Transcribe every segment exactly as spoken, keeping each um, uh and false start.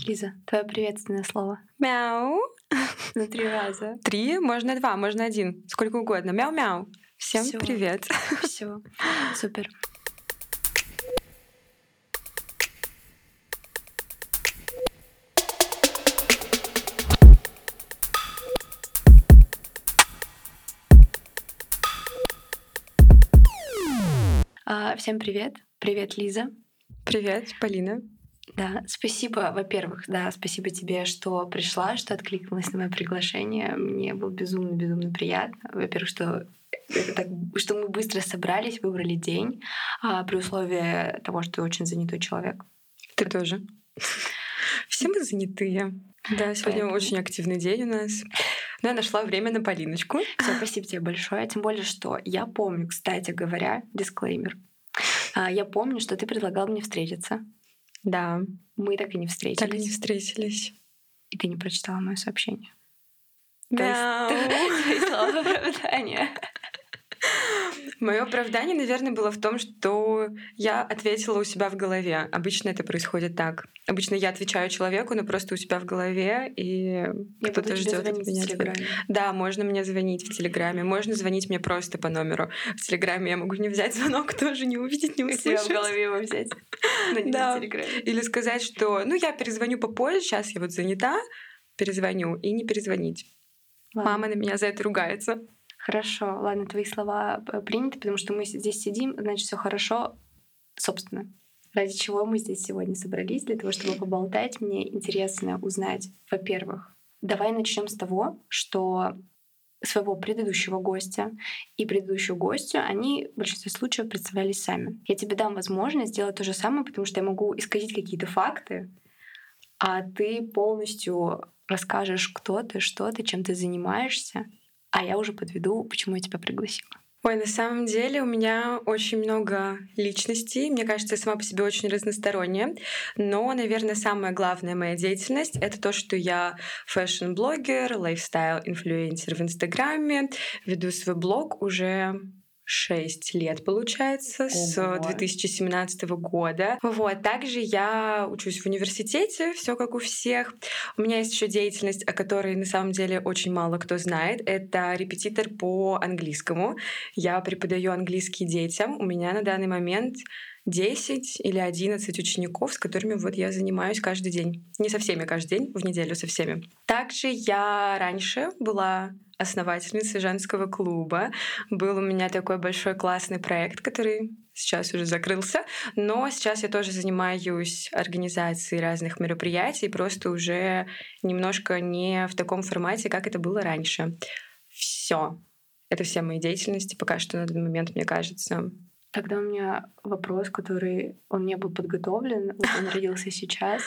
Лиза, твое приветственное слово. Мяу. На три раза. Три? Можно два, можно один. Сколько угодно. Мяу-мяу. Всем Всё. привет. Все. Супер. А, Всем привет. Привет, Лиза. Привет, Полина. Да, спасибо, во-первых, да, спасибо тебе, что пришла, что откликнулась на мое приглашение. Мне было безумно-безумно приятно. Во-первых, что это так, что мы быстро собрались, выбрали день, а, при условии того, что ты очень занятой человек. Ты тоже. Все мы занятые. Да, сегодня Поэтому- очень активный день у нас. Но я нашла время на Полиночку. Всё, спасибо тебе большое. Тем более, что я помню, кстати говоря, дисклеймер. а, Я помню, что ты предлагал мне встретиться. Да, Мы так и не встретились. так и не встретились. И ты не прочитала мое сообщение. Мяу. Твои слова оправдания. Мое оправдание, наверное, было в том, что я ответила у себя в голове. Обычно это происходит так. Обычно я отвечаю человеку, но просто у себя в голове, и Я кто-то буду тебе ждет от звонить меня в ответ. Телеграме. Да, можно мне звонить в Телеграме, можно звонить мне просто по номеру. В Телеграме я могу не взять звонок, тоже не увидеть, не У себя в услышать. голове его взять. Но не Да. в Телеграме. Или сказать, что ну я перезвоню попозже, сейчас я вот занята, перезвоню, и не перезвонить. Ладно. Мама на меня за это ругается. Хорошо, ладно, твои слова п- приняты, потому что мы здесь сидим, значит, все хорошо. Собственно, ради чего мы здесь сегодня собрались? Для того, чтобы поболтать. Мне интересно узнать, во-первых, давай начнем с того, что своего предыдущего гостя и предыдущую гостью, они в большинстве случаев представлялись сами. Я тебе дам возможность сделать то же самое, потому что я могу исказить какие-то факты, а ты полностью расскажешь, кто ты, что ты, чем ты занимаешься, а я уже подведу, почему я тебя пригласила. Ой, на самом деле у меня очень много личностей. Мне кажется, я сама по себе очень разносторонняя. Но, наверное, самая главная моя деятельность — это то, что я фэшн-блогер, лайфстайл-инфлюенсер в Инстаграме. Веду свой блог уже шесть лет, получается, с Ого. две тысячи семнадцатого года. Вот. Также я учусь в университете, все как у всех. У меня есть еще деятельность, о которой на самом деле очень мало кто знает. Это репетитор по английскому. Я преподаю английский детям. У меня на данный момент десять или одиннадцать учеников, с которыми вот я занимаюсь каждый день. Не со всеми каждый день, в неделю со всеми. Также я раньше была основательницей женского клуба. Был у меня такой большой классный проект, который сейчас уже закрылся. Но сейчас я тоже занимаюсь организацией разных мероприятий, просто уже немножко не в таком формате, как это было раньше. Все. Это все мои деятельности пока что на данный момент, мне кажется. Тогда у меня вопрос, который он не был подготовлен, вот он родился сейчас.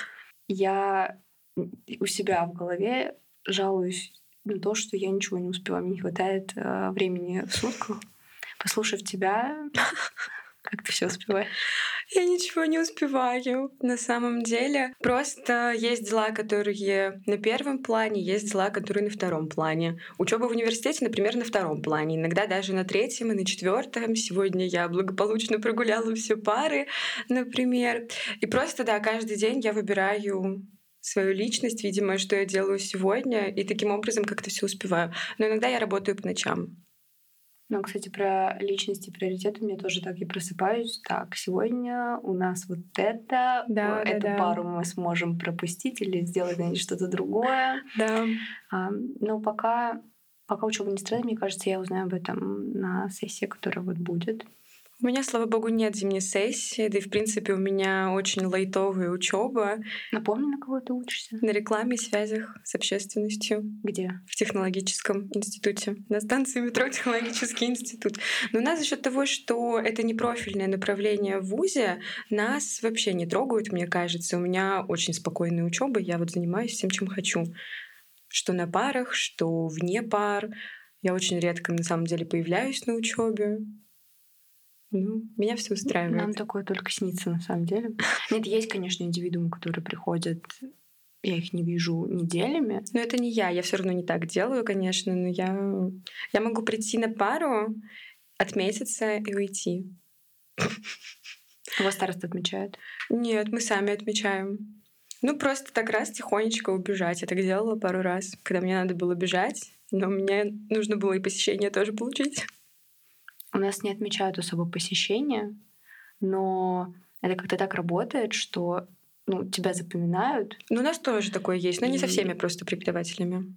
Я у себя в голове жалуюсь на то, что я ничего не успеваю, мне не хватает э, времени в сутках. Послушав тебя, как ты все успеваешь? Я ничего не успеваю на самом деле. Просто есть дела, которые на первом плане, есть дела, которые на втором плане. Учеба в университете, например, на втором плане, иногда даже на третьем и на четвертом. Сегодня я благополучно прогуляла все пары, например. И просто, да, каждый день я выбираю свою личность, видимо, что я делаю сегодня, и таким образом как-то все успеваю. Но иногда я работаю по ночам. Ну, кстати, про личности, приоритеты, мне тоже так, я просыпаюсь. Так, сегодня у нас вот это, Да, эту да, да. пару мы сможем пропустить или сделать на ней что-то другое. Да. А, но пока, пока учеба не страдает, мне кажется, я узнаю об этом на сессии, которая вот будет. У меня, слава богу, нет зимней сессии, да и, в принципе, у меня очень лайтовая учеба Напомни, на кого ты учишься? на рекламе и связях с общественностью Где? в технологическом институте, на станции метро Технологический институт. Но у нас за счет того, что это не профильное направление в ВУЗе, нас вообще не трогают, мне кажется. У меня очень спокойная учеба, я вот занимаюсь всем, чем хочу. Что на парах, что вне пар. Я очень редко, на самом деле, появляюсь на учебе. Ну, меня все устраивает. Нам такое только снится, на самом деле. Нет, есть, конечно, индивидуумы, которые приходят, я их не вижу неделями. Но это не я, я все равно не так делаю, конечно, но я, я могу прийти на пару, отметиться и уйти. У вас староста отмечает? Нет, мы сами отмечаем. Ну, просто так раз тихонечко убежать. Я так делала пару раз, когда мне надо было бежать, но мне нужно было и посещение тоже получить. У нас не отмечают особо посещения, но это как-то так работает, что ну, тебя запоминают. Ну, у нас тоже такое есть, но не со И- всеми просто преподавателями.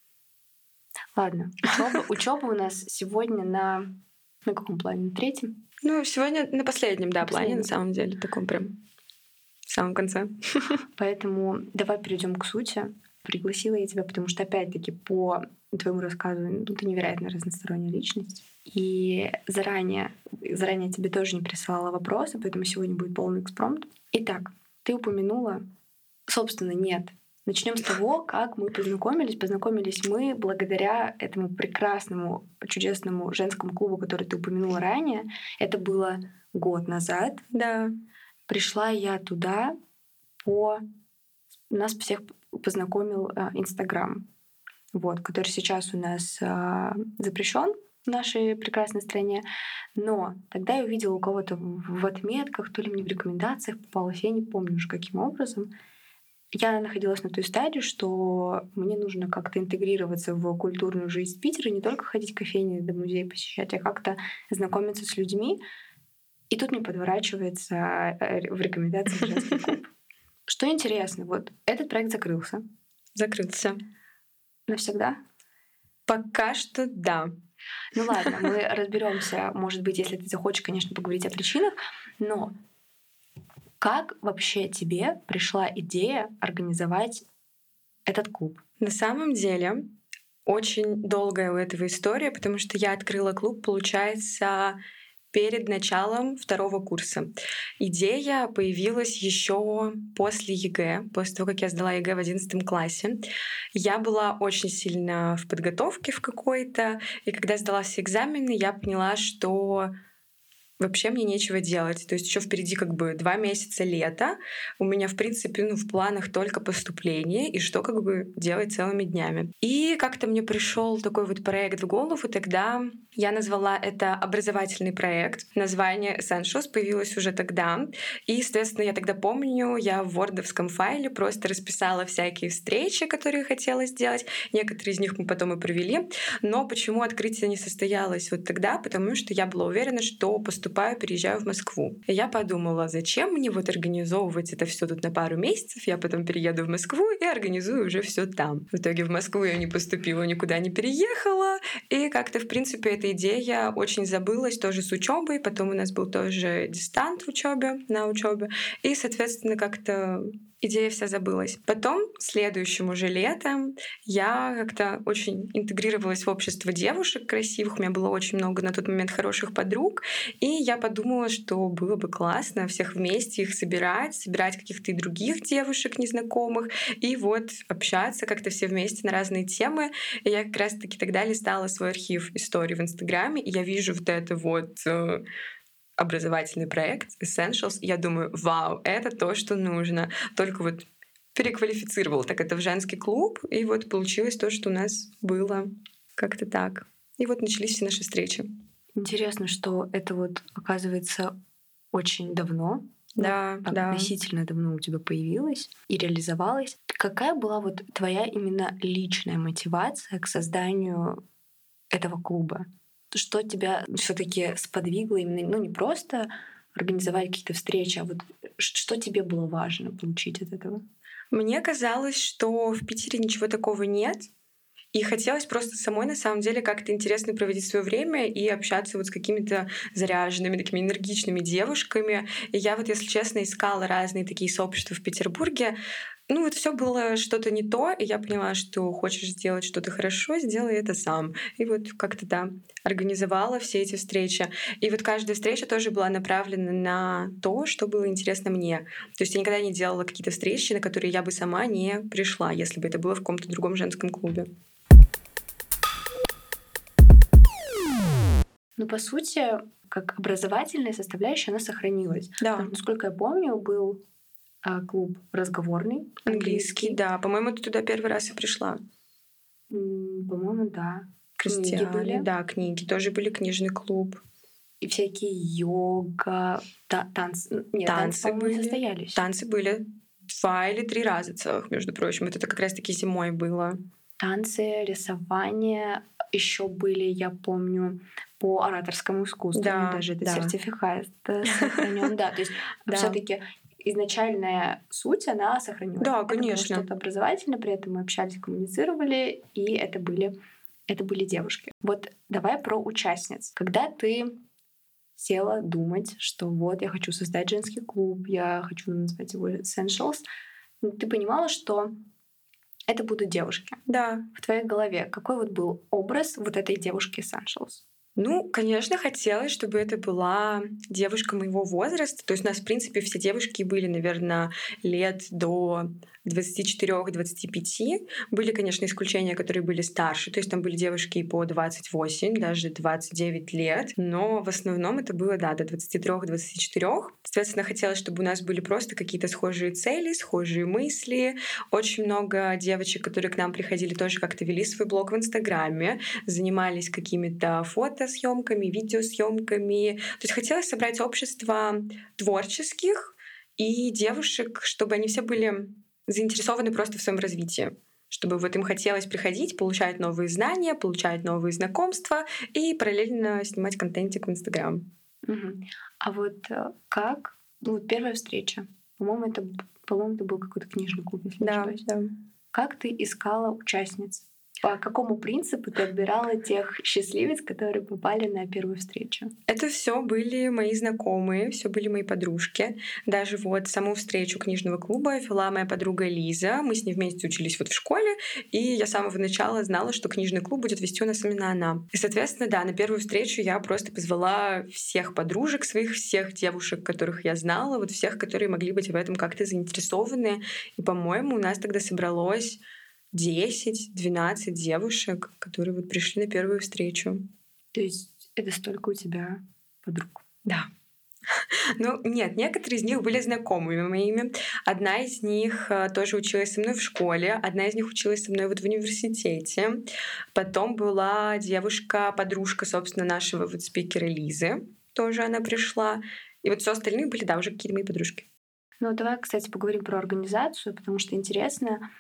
Ладно, учеба, учеба у нас сегодня на, на каком плане? На третьем? Ну, сегодня на последнем, да, На плане, на последнем. самом деле, таком прям в самом конце. Поэтому давай перейдем к сути. Пригласила я тебя, потому что, опять-таки, по твоему рассказу, ну, ты невероятно разносторонняя личность. И заранее, заранее тебе тоже не присылала вопросы, поэтому сегодня будет полный экспромт. Итак, ты упомянула, собственно, нет. Начнем с того, как мы познакомились. Познакомились мы благодаря этому прекрасному, чудесному женскому клубу, который ты упомянула ранее. Это было год назад. Да. Пришла я туда по... Нас всех познакомил Инстаграм, вот, который сейчас у нас а, запрещен в нашей прекрасной стране. Но тогда я увидела у кого-то в отметках, то ли мне в рекомендациях попалось, я не помню уже каким образом. Я находилась на той стадии, что мне нужно как-то интегрироваться в культурную жизнь Питера, не только ходить в кофейни до музея посещать, а как-то знакомиться с людьми. И тут мне подворачивается в рекомендациях женский клуб. Что интересно, вот этот проект закрылся. Закрылся. Навсегда? Пока что да. Ну ладно, мы разберемся, может быть, если ты захочешь, конечно, поговорить о причинах, но как вообще тебе пришла идея организовать этот клуб? На самом деле, очень долгая у этого история, потому что я открыла клуб, получается, перед началом второго курса. Идея появилась еще после ЕГЭ, после того, как я сдала ЕГЭ в одиннадцатом классе. Я была очень сильно в подготовке в какой-то, и когда сдала все экзамены, я поняла, что вообще мне нечего делать. То есть еще впереди как бы два месяца лета. У меня, в принципе, ну, в планах только поступление и что как бы делать целыми днями. И как-то мне пришел такой вот проект в голову. Тогда я назвала это образовательный проект. Название Essentials появилось уже тогда. И, соответственно, я тогда помню, я в вордовском файле просто расписала всякие встречи, которые хотела сделать. Некоторые из них мы потом и провели. Но почему открытие не состоялось вот тогда? Потому что я была уверена, что поступление переезжаю в Москву. И я подумала, зачем мне вот организовывать это все тут на пару месяцев, я потом перееду в Москву и организую уже все там. В итоге в Москву я не поступила, никуда не переехала, и как-то, в принципе, эта идея очень забылась тоже с учебой. Потом у нас был тоже дистант в учебе, на учебе, и, соответственно, как-то идея вся забылась. Потом, следующим уже летом, я как-то очень интегрировалась в общество девушек красивых. У меня было очень много на тот момент хороших подруг. И я подумала, что было бы классно всех вместе их собирать, собирать каких-то и других девушек незнакомых, и вот общаться как-то все вместе на разные темы. И я как раз-таки тогда листала свой архив историй в Инстаграме, и я вижу вот это вот образовательный проект Essentials. Я думаю, вау, это то, что нужно. Только вот переквалифицировал так это в женский клуб, и вот получилось то, что у нас было как-то так. И вот начались все наши встречи. Интересно, что это вот, оказывается, очень давно, да, ну, да. относительно давно у тебя появилось и реализовалось. Какая была вот твоя именно личная мотивация к созданию этого клуба? Что тебя все-таки сподвигло именно, ну не просто организовать какие-то встречи, а вот что тебе было важно получить от этого? Мне казалось, что в Питере ничего такого нет. И хотелось просто самой, на самом деле, как-то интересно проводить свое время и общаться вот с какими-то заряженными, такими энергичными девушками. И я вот, если честно, искала разные такие сообщества в Петербурге. Ну вот все было что-то не то, и я поняла, что хочешь сделать что-то хорошо, сделай это сам. И вот как-то, да, организовала все эти встречи. И вот каждая встреча тоже была направлена на то, что было интересно мне. То есть я никогда не делала какие-то встречи, на которые я бы сама не пришла, если бы это было в каком-то другом женском клубе. Ну, по сути, как образовательная составляющая, она сохранилась. Да. Насколько я помню, был а, клуб разговорный. Английский, английский, да. По-моему, ты туда первый раз и пришла. М, по-моему, да. Кристиане, книги были. Да, книги. Тоже были книжный клуб. И всякие йога, та- танцы. Нет, танцы, танцы по-моему, были. не состоялись. Танцы были. два или три раза целых, между прочим. Это как раз-таки зимой было. Танцы, рисование. Еще были, я помню, по ораторскому искусству. Да, У меня даже этот да. сертификат сохранен. Да, то есть Да. все-таки изначальная суть, она сохранилась. Да, Это было конечно. что-то образовательное, при этом мы общались, коммуницировали, и это были, это были девушки. Вот давай про участниц. Когда ты села думать, что вот я хочу создать женский клуб, я хочу назвать его Essentials, ты понимала, что это будут девушки. Да. В твоей голове какой вот был образ вот этой девушки Essentials? Ну, конечно, хотелось, чтобы это была девушка моего возраста. То есть у нас, в принципе, все девушки были, наверное, лет до двадцати четырёх — двадцати пяти. Были, конечно, исключения, которые были старше. То есть там были девушки и по двадцать восемь, даже двадцать девять лет. Но в основном это было, да, до двадцати трёх — двадцати четырёх. Соответственно, хотелось, чтобы у нас были просто какие-то схожие цели, схожие мысли. Очень много девочек, которые к нам приходили, тоже как-то вели свой блог в Инстаграме, занимались какими-то фотосъемками, видеосъемками. То есть хотелось собрать общество творческих и девушек, чтобы они все были заинтересованы просто в своем развитии, чтобы вот им хотелось приходить, получать новые знания, получать новые знакомства и параллельно снимать контентик в Инстаграм. Угу. А вот как? Ну, вот первая встреча. По-моему, это, по-моему, это был какой-то книжный клуб, если Да, не ошибаюсь. да. Как ты искала участниц? По какому принципу ты отбирала тех счастливец, которые попали на первую встречу? Это все были мои знакомые, все были мои подружки. Даже вот саму встречу книжного клуба вела моя подруга Лиза. Мы с ней вместе учились вот в школе, и я с самого начала знала, что книжный клуб будет вести у нас именно она. И, соответственно, да, на первую встречу я просто позвала всех подружек своих, всех девушек, которых я знала, вот всех, которые могли быть в этом как-то заинтересованы. И, по-моему, у нас тогда собралось десять-двенадцать девушек, которые вот пришли на первую встречу. То есть это столько у тебя подруг? Да. Ну, нет, некоторые из них были знакомыми моими. Одна из них тоже училась со мной в школе, одна из них училась со мной вот в университете. Потом была девушка, подружка, собственно, нашего вот спикера Лизы. Тоже она пришла. И вот все остальные были, да, уже какие-то мои подружки. Ну, давай, кстати, поговорим про организацию, потому что интересно,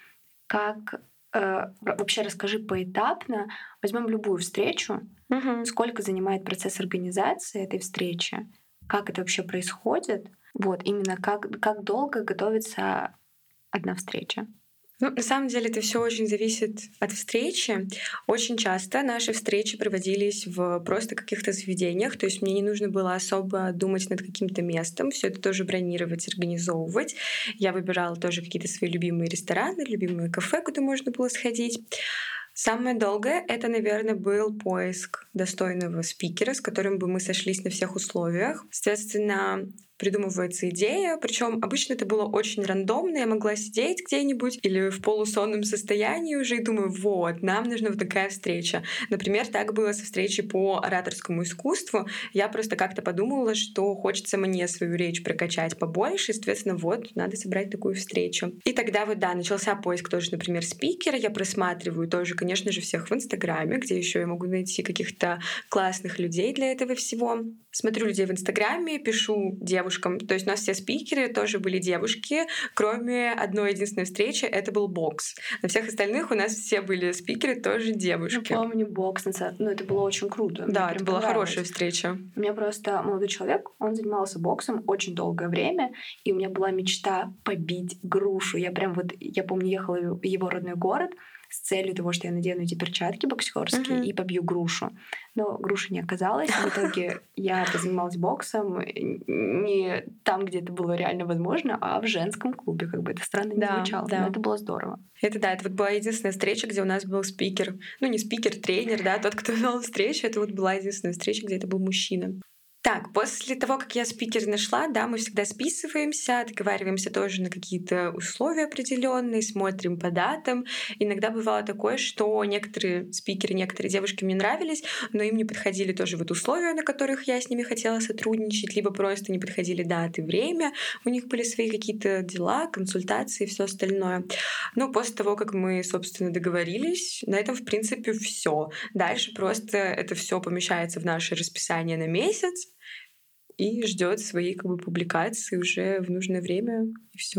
как э, вообще расскажи поэтапно. Возьмем любую встречу. Угу. Сколько занимает процесс организации этой встречи? Как это вообще происходит? Вот именно как, как долго готовится одна встреча? Ну, на самом деле это все очень зависит от встречи. Очень часто наши встречи проводились в просто каких-то заведениях, то есть мне не нужно было особо думать над каким-то местом, все это тоже бронировать, организовывать. Я выбирала тоже какие-то свои любимые рестораны, любимые кафе, куда можно было сходить. Самое долгое — это, наверное, был поиск достойного спикера, с которым бы мы сошлись на всех условиях. Соответственно, придумывается идея, причем обычно это было очень рандомно. Я могла сидеть где-нибудь или в полусонном состоянии уже и думаю, вот, нам нужна вот такая встреча. Например, так было со встречей по ораторскому искусству. Я просто как-то подумала, что хочется мне свою речь прокачать побольше, и, соответственно, вот, надо собрать такую встречу. И тогда вот, да, начался поиск тоже, например, спикера. Я просматриваю тоже, конечно же, всех в Инстаграме, где еще я могу найти каких-то классных людей для этого всего. Смотрю людей в Инстаграме, пишу девушкам. То есть у нас все спикеры тоже были девушки, кроме одной единственной встречи, это был бокс. На всех остальных у нас все были спикеры, тоже девушки. Я помню бокс. Ну, это было очень круто. Да, это была хорошая встреча. У меня просто молодой человек, он занимался боксом очень долгое время, и у меня была мечта побить грушу. Я прям вот, я помню, ехала в его родной город с целью того, что я надену эти перчатки боксерские uh-huh. и побью грушу. Но груши не оказалось. В итоге я позанималась боксом не там, где это было реально возможно, а в женском клубе. Как бы это странно не да, звучало, да. но это было здорово. Это да, это вот была единственная встреча, где у нас был спикер. Ну, не спикер, тренер, да, тот, кто вел встречу. Это вот была единственная встреча, где это был мужчина. Так, после того, как я спикер нашла, да, мы всегда списываемся, договариваемся тоже на какие-то условия определенные, смотрим по датам. Иногда бывало такое, что некоторые спикеры, некоторые девушки мне нравились, но им не подходили тоже вот условия, на которых я с ними хотела сотрудничать, либо просто не подходили даты, время. У них были свои какие-то дела, консультации и все остальное. Но после того, как мы, собственно, договорились, на этом, в принципе, все. Дальше просто это все помещается в наше расписание на месяц и ждет своей как бы публикации уже в нужное время, и все.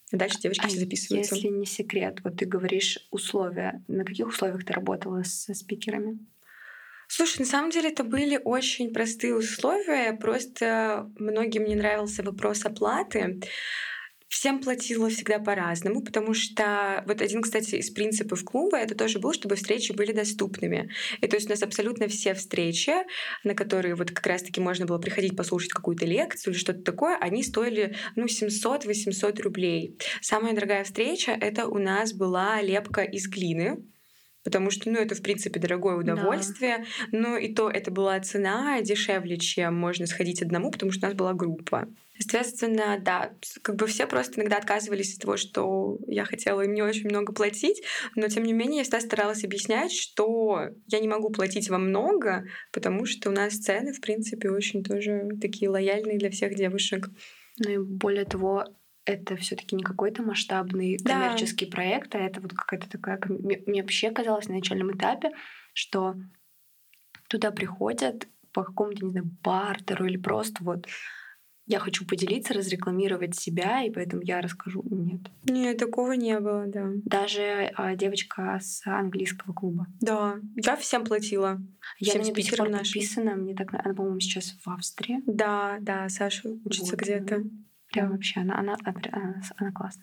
И дальше девочки А все записываются. если не секрет, вот ты говоришь условия. На каких условиях ты работала со спикерами? Слушай, на самом деле это были очень простые условия, просто многим не нравился вопрос оплаты. Всем платила всегда по-разному, потому что вот один, кстати, из принципов клуба это тоже был, чтобы встречи были доступными. И то есть у нас абсолютно все встречи, на которые вот как раз-таки можно было приходить послушать какую-то лекцию или что-то такое, они стоили ну, семьсот-восемьсот рублей. Самая дорогая встреча — это у нас была лепка из глины, потому что, ну, это, в принципе, дорогое удовольствие, да. Но и то это была цена дешевле, чем можно сходить одному, потому что у нас была группа. Соответственно, да, как бы все просто иногда отказывались от того, что я хотела им не очень много платить, но тем не менее я всегда старалась объяснять, что я не могу платить вам много, потому что у нас цены, в принципе, очень тоже такие лояльные для всех девушек. Ну и более того, это все-таки не какой-то масштабный коммерческий да. проект, а это вот какая-то такая... Мне вообще казалось на начальном этапе, что туда приходят по какому-то, не знаю, бартеру или просто вот я хочу поделиться, разрекламировать себя, и поэтому я расскажу. Нет. Нет, такого не было, да. Даже а, девочка с английского клуба. Да, я всем платила. Я всем на нее до сих пор нашим. подписана. Мне так, она, по-моему, сейчас в Австрии. Да, да, Саша учится вот, где-то. Прям да. вообще, она, она, она, она классная.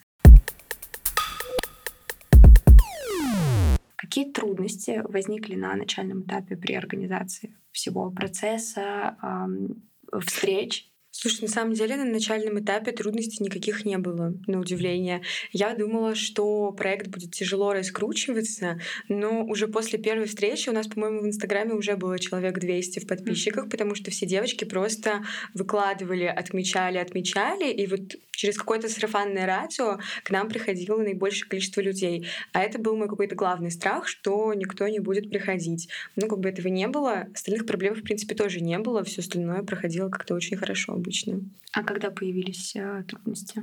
Какие трудности возникли на начальном этапе при организации всего процесса, эм, встреч? Слушай, на самом деле на начальном этапе трудностей никаких не было, на удивление. Я думала, что проект будет тяжело раскручиваться, но уже после первой встречи у нас, по-моему, в Инстаграме уже было человек двести в подписчиках, mm-hmm. потому что все девочки просто выкладывали, отмечали, отмечали, и вот через какое-то сарафанное радио к нам приходило наибольшее количество людей. А это был мой какой-то главный страх, что никто не будет приходить. Ну, как бы этого не было. Остальных проблем, в принципе, тоже не было. Все остальное проходило как-то очень хорошо обычно. А когда появились э, трудности?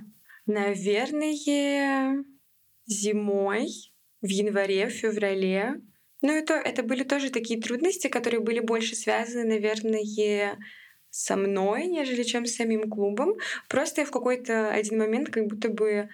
Наверное, зимой, в январе, в феврале. Ну, это, это были тоже такие трудности, которые были больше связаны, наверное, со мной, нежели чем с самим клубом. Просто я в какой-то один момент как будто бы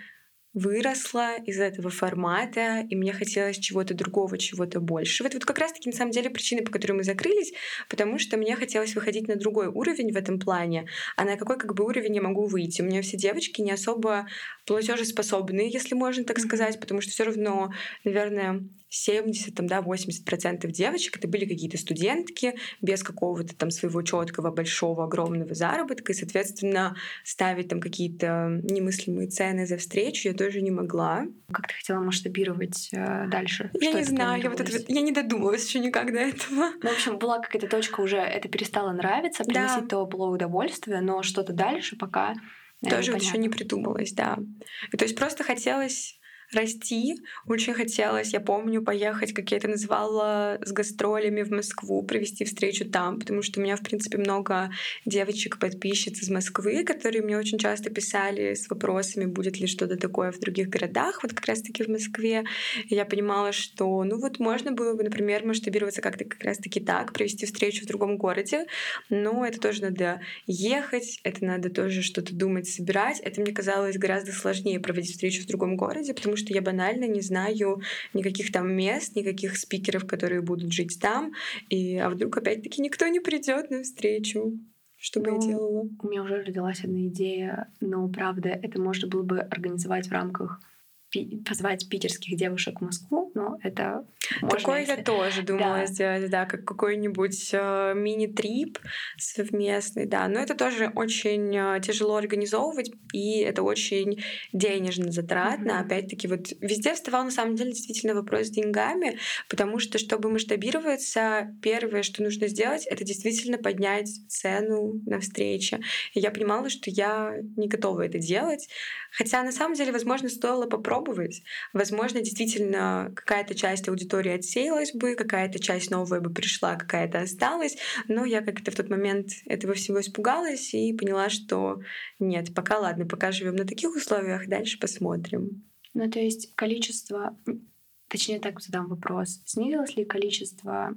выросла из этого формата, и мне хотелось чего-то другого, чего-то большего. Это вот как раз-таки на самом деле причины, по которой мы закрылись, потому что мне хотелось выходить на другой уровень в этом плане, а на какой как бы уровень я могу выйти. У меня все девочки не особо платежеспособные, если можно так mm-hmm. сказать, потому что все равно, наверное, семьдесят, там, да, восемьдесят процентов девочек это были какие-то студентки без какого-то там своего четкого, большого, огромного заработка, и, соответственно, ставить там какие-то немыслимые цены за встречу я тоже не могла. Как ты хотела масштабировать э, дальше? Я Что не знаю, я вот это я не додумалась еще никак до этого. Ну, в общем, была какая-то точка уже, это перестало нравиться, приносить да. то было удовольствие, но что-то дальше пока тоже вот еще не придумалось, да. И, то есть просто хотелось расти. Очень хотелось, я помню, поехать, как я это называла, с гастролями в Москву, провести встречу там, потому что у меня, в принципе, много девочек-подписчиц из Москвы, которые мне очень часто писали с вопросами, будет ли что-то такое в других городах, вот как раз-таки в Москве. И я понимала, что, ну вот можно было бы, например, масштабироваться как-то как раз-таки так, провести встречу в другом городе, но это тоже надо ехать, это надо тоже что-то думать, собирать. Это мне казалось гораздо сложнее проводить встречу в другом городе, потому что я банально не знаю никаких там мест, никаких спикеров, которые будут жить там. И, а вдруг опять-таки никто не придет на встречу? Что бы ну, я делала? У меня уже родилась одна идея, но правда, это можно было бы организовать в рамках позвать питерских девушек в Москву, но это можно, такое если... я тоже думала да. сделать, да, как какой-нибудь э, мини-трип совместный, да, но это тоже очень э, тяжело организовывать, и это очень денежно затратно. Mm-hmm. Опять-таки, вот везде вставал на самом деле действительно вопрос с деньгами, потому что, чтобы масштабироваться, первое, что нужно сделать, это действительно поднять цену на встрече. И я понимала, что я не готова это делать, хотя на самом деле, возможно, стоило попробовать. Возможно, действительно какая-то часть аудитории отсеялась бы, какая-то часть новая бы пришла, какая-то осталась, но я как-то в тот момент этого всего испугалась и поняла, что нет, пока ладно, пока живем на таких условиях, дальше посмотрим. Ну, то есть количество, точнее так задам вопрос, снизилось ли количество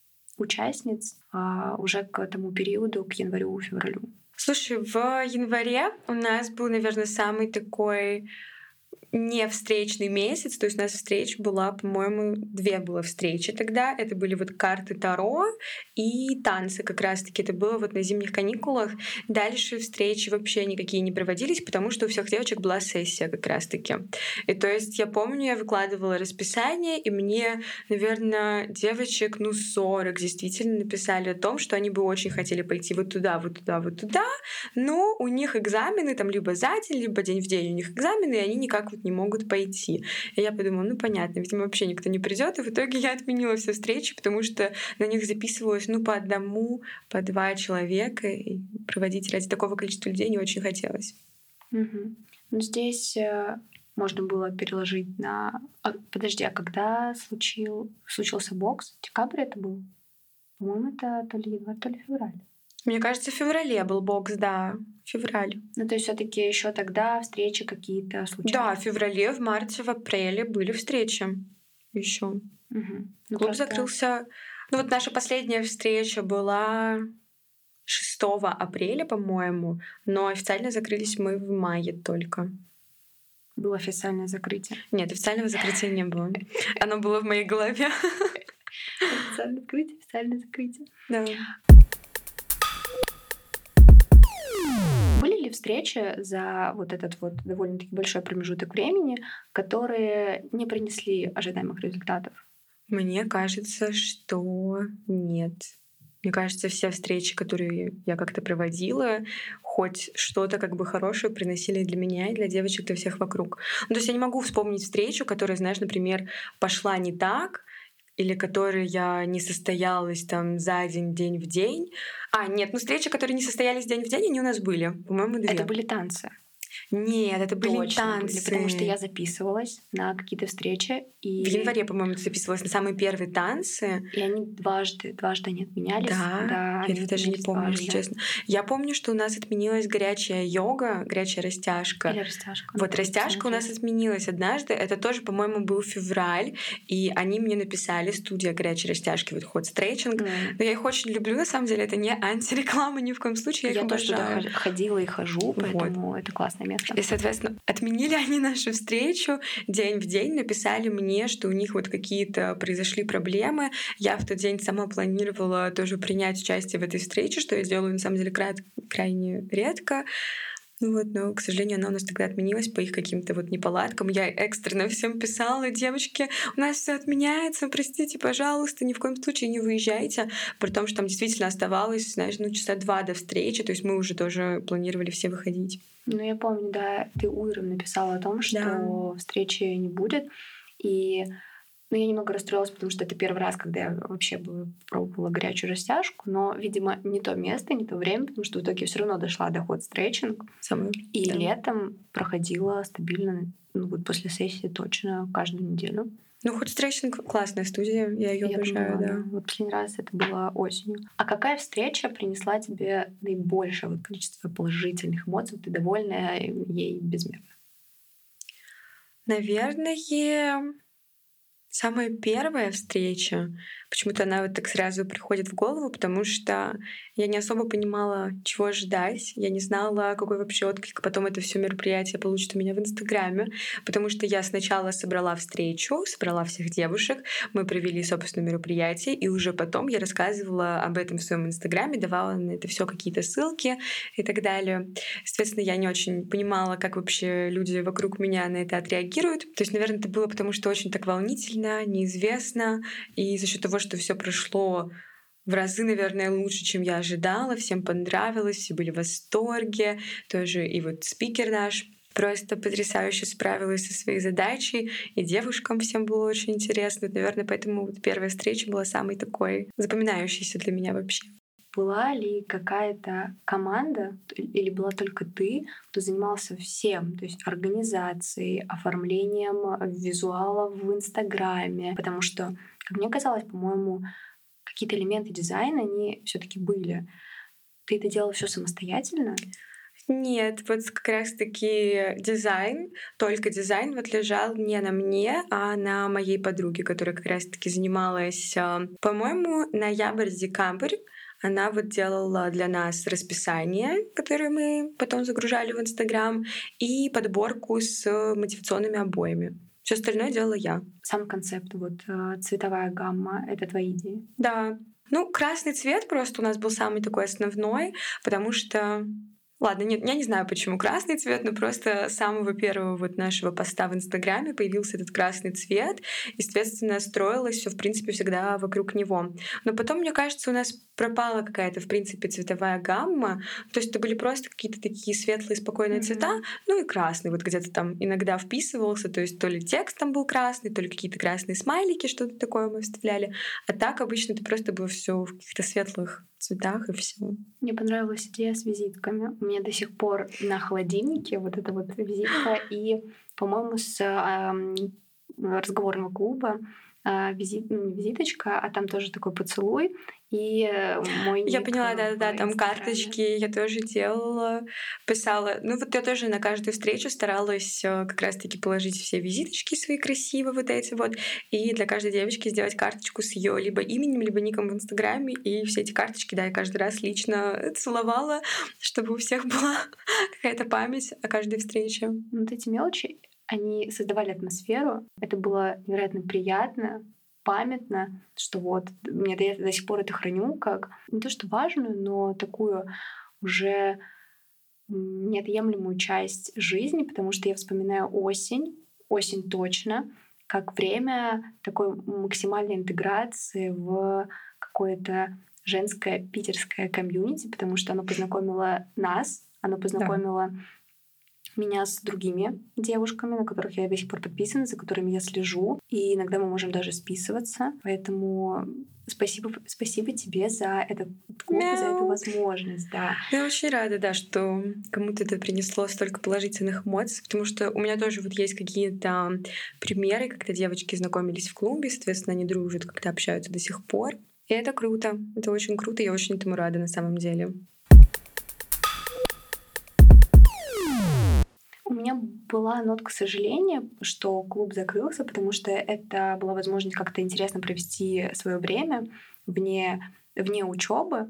участниц а, уже к этому периоду, к январю-февралю? Слушай, в январе у нас был, наверное, самый такой не встречный месяц, то есть у нас встреч была, по-моему, две было встречи тогда. Это были вот карты Таро и танцы как раз-таки. Это было вот на зимних каникулах. Дальше встречи вообще никакие не проводились, потому что у всех девочек была сессия как раз-таки. И то есть я помню, я выкладывала расписание, и мне, наверное, девочек, ну, сорок действительно написали о том, что они бы очень хотели пойти вот туда, вот туда, вот туда, но у них экзамены, там либо за день, либо день в день у них экзамены, и они никак вот не могут пойти. И я подумала, ну понятно, видимо, вообще никто не придет. И в итоге я отменила все встречи, потому что на них записывалось ну по одному, по два человека, и проводить ради такого количества людей не очень хотелось. Угу. Ну здесь э, можно было переложить на... А, подожди, а когда случил... случился бокс? Декабрь это был? По-моему, это то ли январь, то ли февраль. Мне кажется, в феврале был бокс, да, февраль. Ну, то есть все-таки еще тогда встречи какие-то случались? Да, в феврале, в марте, в апреле были встречи еще. Угу. Ну, Клуб просто... закрылся. Ну вот наша последняя встреча была шестого апреля, по-моему, но официально закрылись мы в мае только. Было официальное закрытие? Нет, официального закрытия не было. Оно было в моей голове. Официальное закрытие, официальное закрытие. Да. Были ли встречи за вот этот вот довольно-таки большой промежуток времени, которые не принесли ожидаемых результатов? Мне кажется, что нет. Мне кажется, все встречи, которые я как-то проводила, хоть что-то как бы хорошее приносили для меня и для девочек, для всех вокруг. Ну, то есть я не могу вспомнить встречу, которая, знаешь, например, пошла не так, или которая не состоялась там за день, день в день. А, нет, ну встречи, которые не состоялись день в день, они у нас были. По-моему, две. Это были танцы. Нет, это были Точно танцы. Были, потому что я записывалась на какие-то встречи. И... В январе, по-моему, ты записывалась на самые первые танцы. И они дважды, дважды не отменялись. Да, да я даже не помню, дважды. Если честно. Я помню, что у нас отменилась горячая йога, горячая растяжка. Или растяжка. Вот растяжка у нас отменилась однажды. Это тоже, по-моему, был февраль. И они мне написали, студия горячей растяжки, вот ход стретчинг. Mm. Но я их очень люблю, на самом деле. Это не антиреклама ни в коем случае. Я, я их тоже обожаю. туда ходила и хожу, поэтому вот. Это классное место. И, соответственно, отменили они нашу встречу день в день, написали мне, что у них вот какие-то произошли проблемы. Я в тот день сама планировала тоже принять участие в этой встрече, что я делаю, на самом деле, край, крайне редко. Ну вот, но, к сожалению, она у нас тогда отменилась по их каким-то вот неполадкам. Я экстренно всем писала: девочки, у нас все отменяется, простите, пожалуйста, ни в коем случае не выезжайте. При том, что там действительно оставалось, знаешь, ну, часа два до встречи, то есть мы уже тоже планировали все выходить. Ну, я помню, да, ты утром написала о том, что да. встречи не будет. И ну, я немного расстроилась, потому что это первый раз, когда я вообще пробовала горячую растяжку, но, видимо, не то место, не то время, потому что в итоге все равно дошла до ход стретчинг. Самый, и да. летом проходила стабильно, ну вот после сессии точно каждую неделю. Ну, хоть стретчинг классная студия, я ее обожаю, думала, да. да. Вот последний раз это было осенью. А какая встреча принесла тебе наибольшее вот количество положительных эмоций? Ты довольна ей безмерно? Наверное, самая первая встреча, почему-то она вот так сразу приходит в голову, потому что я не особо понимала, чего ожидать. Я не знала, какой вообще отклик потом это все мероприятие получит у меня в Инстаграме, потому что я сначала собрала встречу, собрала всех девушек, мы провели, собственно, мероприятие, и уже потом я рассказывала об этом в своем Инстаграме, давала на это все какие-то ссылки и так далее. Соответственно, я не очень понимала, как вообще люди вокруг меня на это отреагируют. То есть, наверное, это было потому, что очень так волнительно, неизвестно, и за счет того, что все прошло в разы, наверное, лучше, чем я ожидала. Всем понравилось, все были в восторге. Тоже и вот спикер наш просто потрясающе справилась со своей задачей, и девушкам всем было очень интересно. Наверное, поэтому вот первая встреча была самой такой запоминающейся для меня вообще. Была ли какая-то команда или была только ты, кто занимался всем, то есть организацией, оформлением визуалов в Инстаграме? Потому что, как мне казалось, по-моему, какие-то элементы дизайна, они все-таки были. Ты это делала все самостоятельно? Нет, вот как раз-таки дизайн, только дизайн вот лежал не на мне, а на моей подруге, которая как раз-таки занималась, по-моему, ноябрь-декабрь. Она вот делала для нас расписание, которое мы потом загружали в Инстаграм, и подборку с мотивационными обоями. Все остальное делала я. Сам концепт, вот э, цветовая гамма — это твои идеи? Да. Ну, красный цвет просто у нас был самый такой основной, потому что... Ладно, нет, я не знаю, почему красный цвет, но просто с самого первого вот нашего поста в Инстаграме появился этот красный цвет, и, соответственно, строилось все в принципе, всегда вокруг него. Но потом, мне кажется, у нас пропала какая-то, в принципе, цветовая гамма. То есть это были просто какие-то такие светлые, спокойные mm-hmm. цвета, ну и красный вот где-то там иногда вписывался, то есть то ли текст там был красный, то ли какие-то красные смайлики, что-то такое мы вставляли. А так обычно это просто было все в каких-то светлых цветах и все. Мне понравилась идея с визитками. У меня до сих пор на холодильнике вот эта вот визитка. И, по-моему, с э, разговорного клуба э, визит, ну, не визиточка, а там тоже такой поцелуй. И мой Я поняла, да-да-да, там Инстаграме. карточки я тоже делала, писала. Ну вот я тоже на каждую встречу старалась как раз-таки положить все визиточки свои красивые вот эти вот, и для каждой девочки сделать карточку с ее либо именем, либо ником в Инстаграме, и все эти карточки, да, я каждый раз лично целовала, чтобы у всех была какая-то память о каждой встрече. Вот эти мелочи, они создавали атмосферу, это было невероятно приятно, памятно, что вот мне я до сих пор это храню как не то что важную, но такую уже неотъемлемую часть жизни, потому что я вспоминаю осень, осень точно, как время такой максимальной интеграции в какое-то женское питерское комьюнити, потому что оно познакомило нас, оно познакомило да. меня с другими девушками, на которых я до сих пор подписана, за которыми я слежу. И иногда мы можем даже списываться. Поэтому спасибо, спасибо тебе за этот клуб, Мяу. за эту возможность. Да. Я очень рада, да, что кому-то это принесло столько положительных эмоций, потому что у меня тоже вот есть какие-то примеры, когда девочки знакомились в клубе, соответственно, они дружат, как-то общаются до сих пор. И это круто. Это очень круто, я очень этому рада на самом деле. У меня была нотка сожаления, что клуб закрылся, потому что это была возможность как-то интересно провести свое время вне, вне учебы.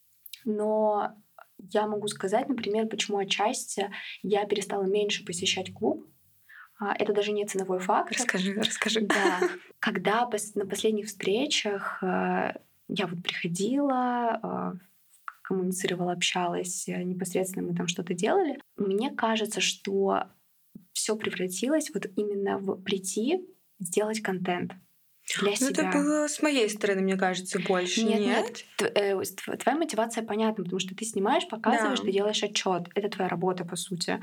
Но я могу сказать, например, почему отчасти я перестала меньше посещать клуб. Это даже не ценовой фактор. Расскажи, расскажи. Да. Когда на последних встречах я вот приходила, коммуницировала, общалась, непосредственно мы там что-то делали. Мне кажется, что все превратилось вот именно в прийти, сделать контент для себя. Ну, это было с моей стороны, мне кажется, больше. Нет, нет. нет. Твоя мотивация понятна, потому что ты снимаешь, показываешь, да. ты делаешь отчет. Это твоя работа, по сути.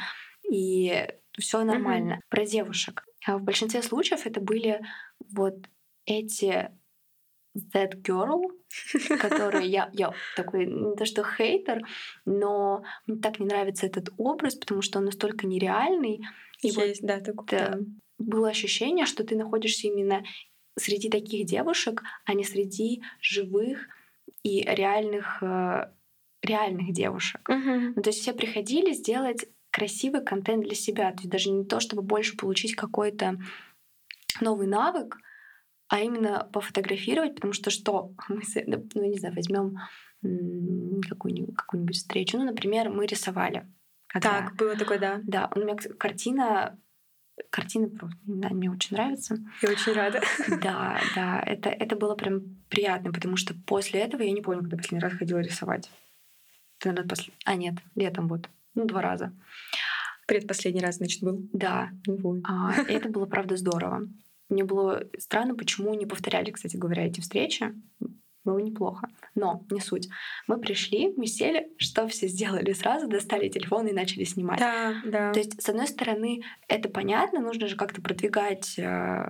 И все нормально. Угу. Про девушек. А в большинстве случаев это были вот эти that girl, который я, я такой, не то что хейтер, но мне так не нравится этот образ, потому что он настолько нереальный. И Есть, вот да, такое. Да, было ощущение, что ты находишься именно среди таких девушек, а не среди живых и реальных, реальных девушек. Uh-huh. Ну, то есть все приходили сделать красивый контент для себя. То есть даже не то, чтобы больше получить какой-то новый навык, а именно пофотографировать, потому что что? Мы, ну, не знаю, возьмем какую-нибудь, какую-нибудь встречу. Ну, например, мы рисовали. Когда... Так, было такое, да. Да, у меня картина, картина просто, не знаю, мне очень нравится. Я очень рада. Да, да, это, это было прям приятно, потому что после этого я не помню, когда последний раз ходила рисовать. Это, наверное, после... А, нет, летом вот. Ну, два раза. Предпоследний раз, значит, был? Да. Вот. А, это было, правда, здорово. Мне было странно, почему не повторяли, кстати говоря, эти встречи. Было неплохо. Но не суть. Мы пришли, мы сели, что все сделали сразу, достали телефон и начали снимать. Да, да. То есть, с одной стороны, это понятно, нужно же как-то продвигать э,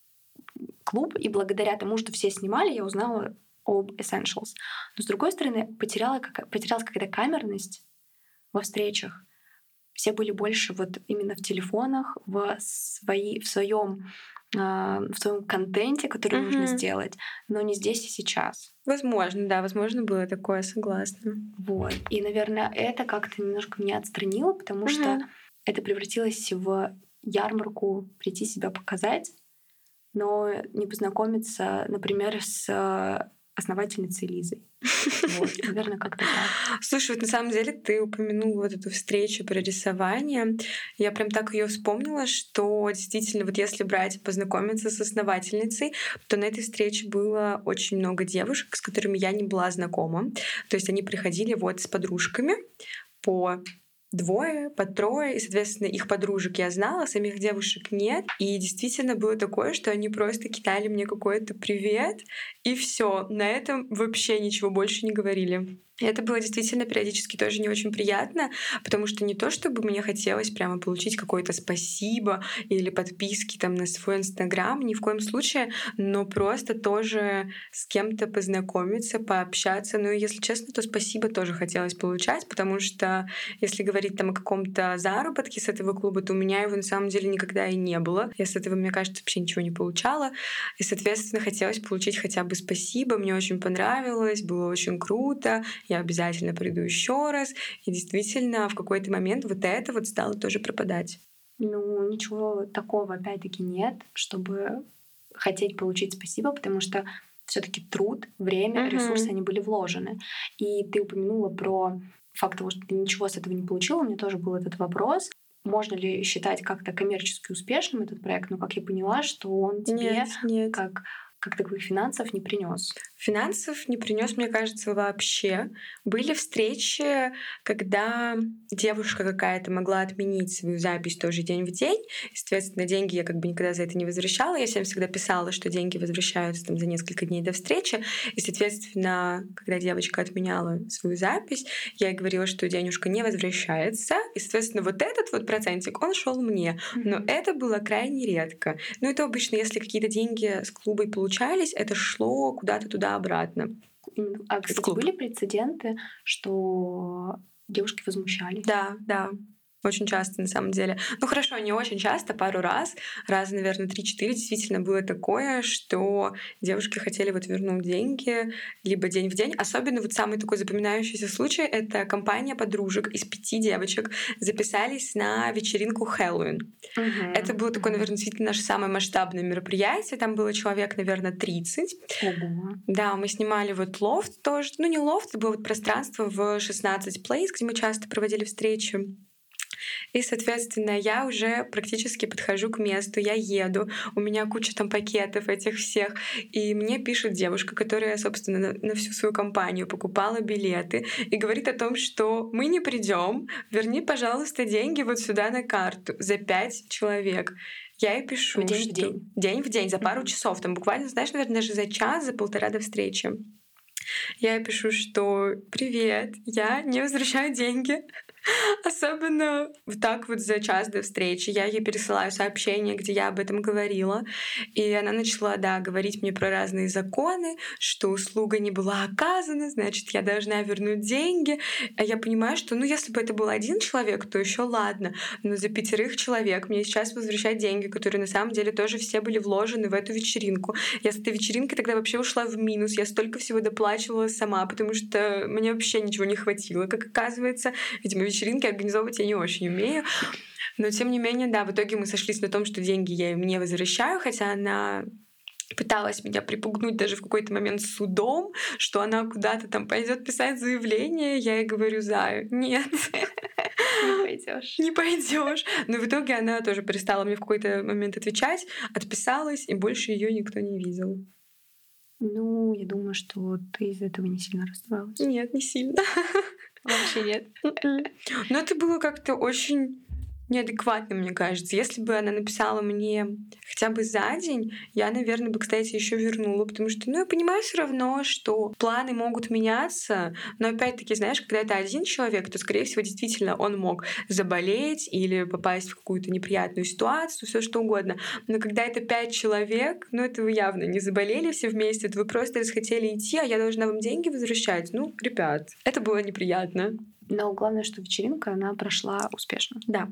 клуб, и благодаря тому, что все снимали, я узнала об Essentials. Но с другой стороны, потеряла, как, потерялась какая-то камерность во встречах. Все были больше вот именно в телефонах, в, свои, в своем в своем контенте, который uh-huh. нужно сделать, но не здесь и сейчас. Возможно, да, возможно, было такое, согласна. Вот. И, наверное, это как-то немножко меня отстранило, потому uh-huh. что это превратилось в ярмарку прийти себя показать, но не познакомиться, например, с основательницей Лизой. Вот, наверное, как-то так. Слушай, вот на самом деле ты упомянула вот эту встречу про рисование. Я прям так ее вспомнила, что действительно, вот если брать познакомиться с основательницей, то на этой встрече было очень много девушек, с которыми я не была знакома. То есть они приходили вот с подружками по двое, по трое, и, соответственно, их подружек я знала, самих девушек нет. И действительно было такое, что они просто кидали мне какой-то привет, и все. На этом вообще ничего больше не говорили. И это было действительно периодически тоже не очень приятно, потому что не то, чтобы мне хотелось прямо получить какое-то спасибо или подписки там на свой Инстаграм, ни в коем случае, но просто тоже с кем-то познакомиться, пообщаться. Ну и, если честно, то спасибо тоже хотелось получать, потому что если говорить там о каком-то заработке с этого клуба, то у меня его на самом деле никогда и не было. Я с этого, мне кажется, вообще ничего не получала. И, соответственно, хотелось получить хотя бы спасибо. Мне очень понравилось, было очень круто. Я обязательно приду еще раз. И действительно, в какой-то момент вот это вот стало тоже пропадать. Ну, ничего такого опять-таки нет, чтобы хотеть получить спасибо, потому что все-таки труд, время, Мгм. ресурсы, они были вложены. И ты упомянула про факт того, что ты ничего с этого не получила. У меня тоже был этот вопрос. Можно ли считать как-то коммерчески успешным этот проект? Но, как я поняла, что он тебе Нет, нет. как, как таковых финансов не принес. Финансов не принес, мне кажется, вообще. Были встречи, когда девушка какая-то могла отменить свою запись тоже день в день. И, соответственно, деньги я как бы никогда за это не возвращала. Я всем всегда писала, что деньги возвращаются там за несколько дней до встречи. И, соответственно, когда девочка отменяла свою запись, я ей говорила, что денежка не возвращается. И, соответственно, вот этот вот процентик, он шел мне. Но Мгм. это было крайне редко. Но это обычно, если какие-то деньги с клуба и получались, это шло куда-то туда-обратно. Именно. А, В кстати, клуб. были прецеденты, что девушки возмущались? Да, да. Очень часто, на самом деле. Ну хорошо, не очень часто, пару раз. Раз, наверное, три-четыре действительно было такое, что девушки хотели вот вернуть деньги либо день в день. Особенно вот самый такой запоминающийся случай — это компания подружек из пяти девочек записались на вечеринку Хэллоуин. Мгм. Это было такое, Мгм. наверное, действительно наше самое масштабное мероприятие. Там было человек, наверное, тридцать. Ого. Да, мы снимали вот лофт тоже. Ну, не лофт, это было вот пространство в шестнадцать Place, где мы часто проводили встречи. И, соответственно, я уже практически подхожу к месту, я еду, у меня куча там пакетов этих всех, и мне пишет девушка, которая, собственно, на, на всю свою компанию покупала билеты, и говорит о том, что мы не придем, верни, пожалуйста, деньги вот сюда на карту за пять человек. Я ей пишу, В день в что день. день в день, за пару Мгм. часов, там буквально, знаешь, наверное, даже за час, за полтора до встречи. Я ей пишу, что привет, я не возвращаю деньги. Особенно вот так вот за час до встречи. Я ей пересылаю сообщение, где я об этом говорила. И она начала, да, говорить мне про разные законы, что услуга не была оказана, значит, я должна вернуть деньги. А я понимаю, что, ну, если бы это был один человек, то еще ладно. Но за пятерых человек мне сейчас возвращать деньги, которые на самом деле тоже все были вложены в эту вечеринку. Я с этой вечеринкой тогда вообще ушла в минус. Я столько всего доплачивала сама, потому что мне вообще ничего не хватило, как оказывается. Видимо, вечеринки организовывать я не очень умею. Но тем не менее, да, в итоге мы сошлись на том, что деньги я им не возвращаю, хотя она пыталась меня припугнуть даже в какой-то момент судом, что она куда-то там пойдет писать заявление. Я ей говорю: Зая, нет, Не пойдешь. не пойдешь. Но в итоге она тоже перестала мне в какой-то момент отвечать, отписалась, и больше ее никто не видел. Ну, я думаю, что ты из этого не сильно расстроилась. Нет, не сильно. Вообще нет. М-м. Но это было как-то очень неадекватно, мне кажется. Если бы она написала мне хотя бы за день, я, наверное, бы, кстати, еще вернула, потому что, ну, я понимаю все равно, что планы могут меняться, но опять-таки, знаешь, когда это один человек, то, скорее всего, действительно он мог заболеть или попасть в какую-то неприятную ситуацию, все что угодно. Но когда это пять человек, ну, это вы явно не заболели все вместе, это вы просто расхотели идти, а я должна вам деньги возвращать. Ну, ребят, это было неприятно. Но главное, что вечеринка, она прошла успешно. Да.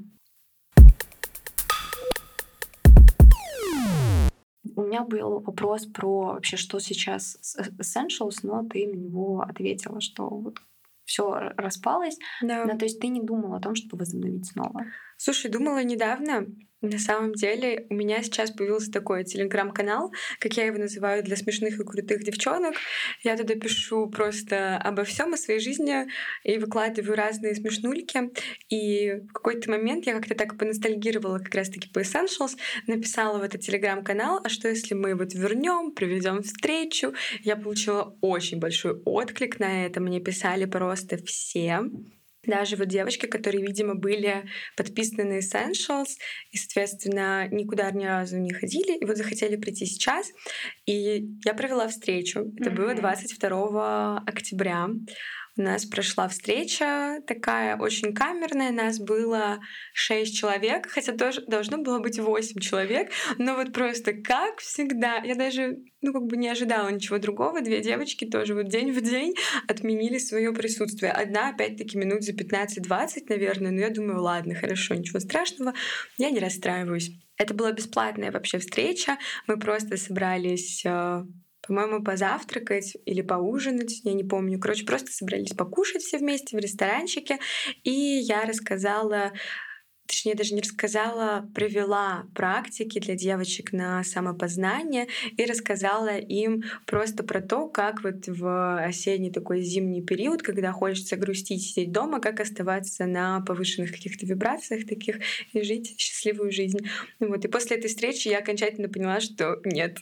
У меня был вопрос про вообще, что сейчас с Essentials, но ты на него ответила, что вот все распалось. Да. Ну, то есть ты не думала о том, чтобы возобновить снова? Слушай, думала недавно, на самом деле у меня сейчас появился такой телеграм-канал, как я его называю, для смешных и крутых девчонок. Я туда пишу просто обо всем о своей жизни и выкладываю разные смешнульки. И в какой-то момент я как-то так поностальгировала как раз-таки по Essentials, написала в этот телеграм-канал, а что если мы вот вернем, проведем встречу. Я получила очень большой отклик на это. Мне писали просто все. Даже вот девочки, которые, видимо, были подписаны на Essentials и, соответственно, никуда ни разу не ходили, и вот захотели прийти сейчас. И я провела встречу. Это mm-hmm. было двадцать второго октября. У нас прошла встреча такая очень камерная. Нас было шесть человек, хотя тоже должно было быть восемь человек. Но вот просто как всегда, я даже ну, как бы не ожидала ничего другого. Две девочки тоже вот день в день отменили свое присутствие. Одна, опять-таки, минут за пятнадцать-двадцать, наверное. Но я думаю, ладно, хорошо, ничего страшного. Я не расстраиваюсь. Это была бесплатная вообще встреча. Мы просто собрались... по-моему, позавтракать или поужинать, я не помню. Короче, просто собрались покушать все вместе в ресторанчике. И я рассказала, точнее, даже не рассказала, провела практики для девочек на самопознание и рассказала им просто про то, как вот в осенний такой зимний период, когда хочется грустить, сидеть дома, как оставаться на повышенных каких-то вибрациях таких и жить счастливую жизнь. Вот. И после этой встречи я окончательно поняла, что нет.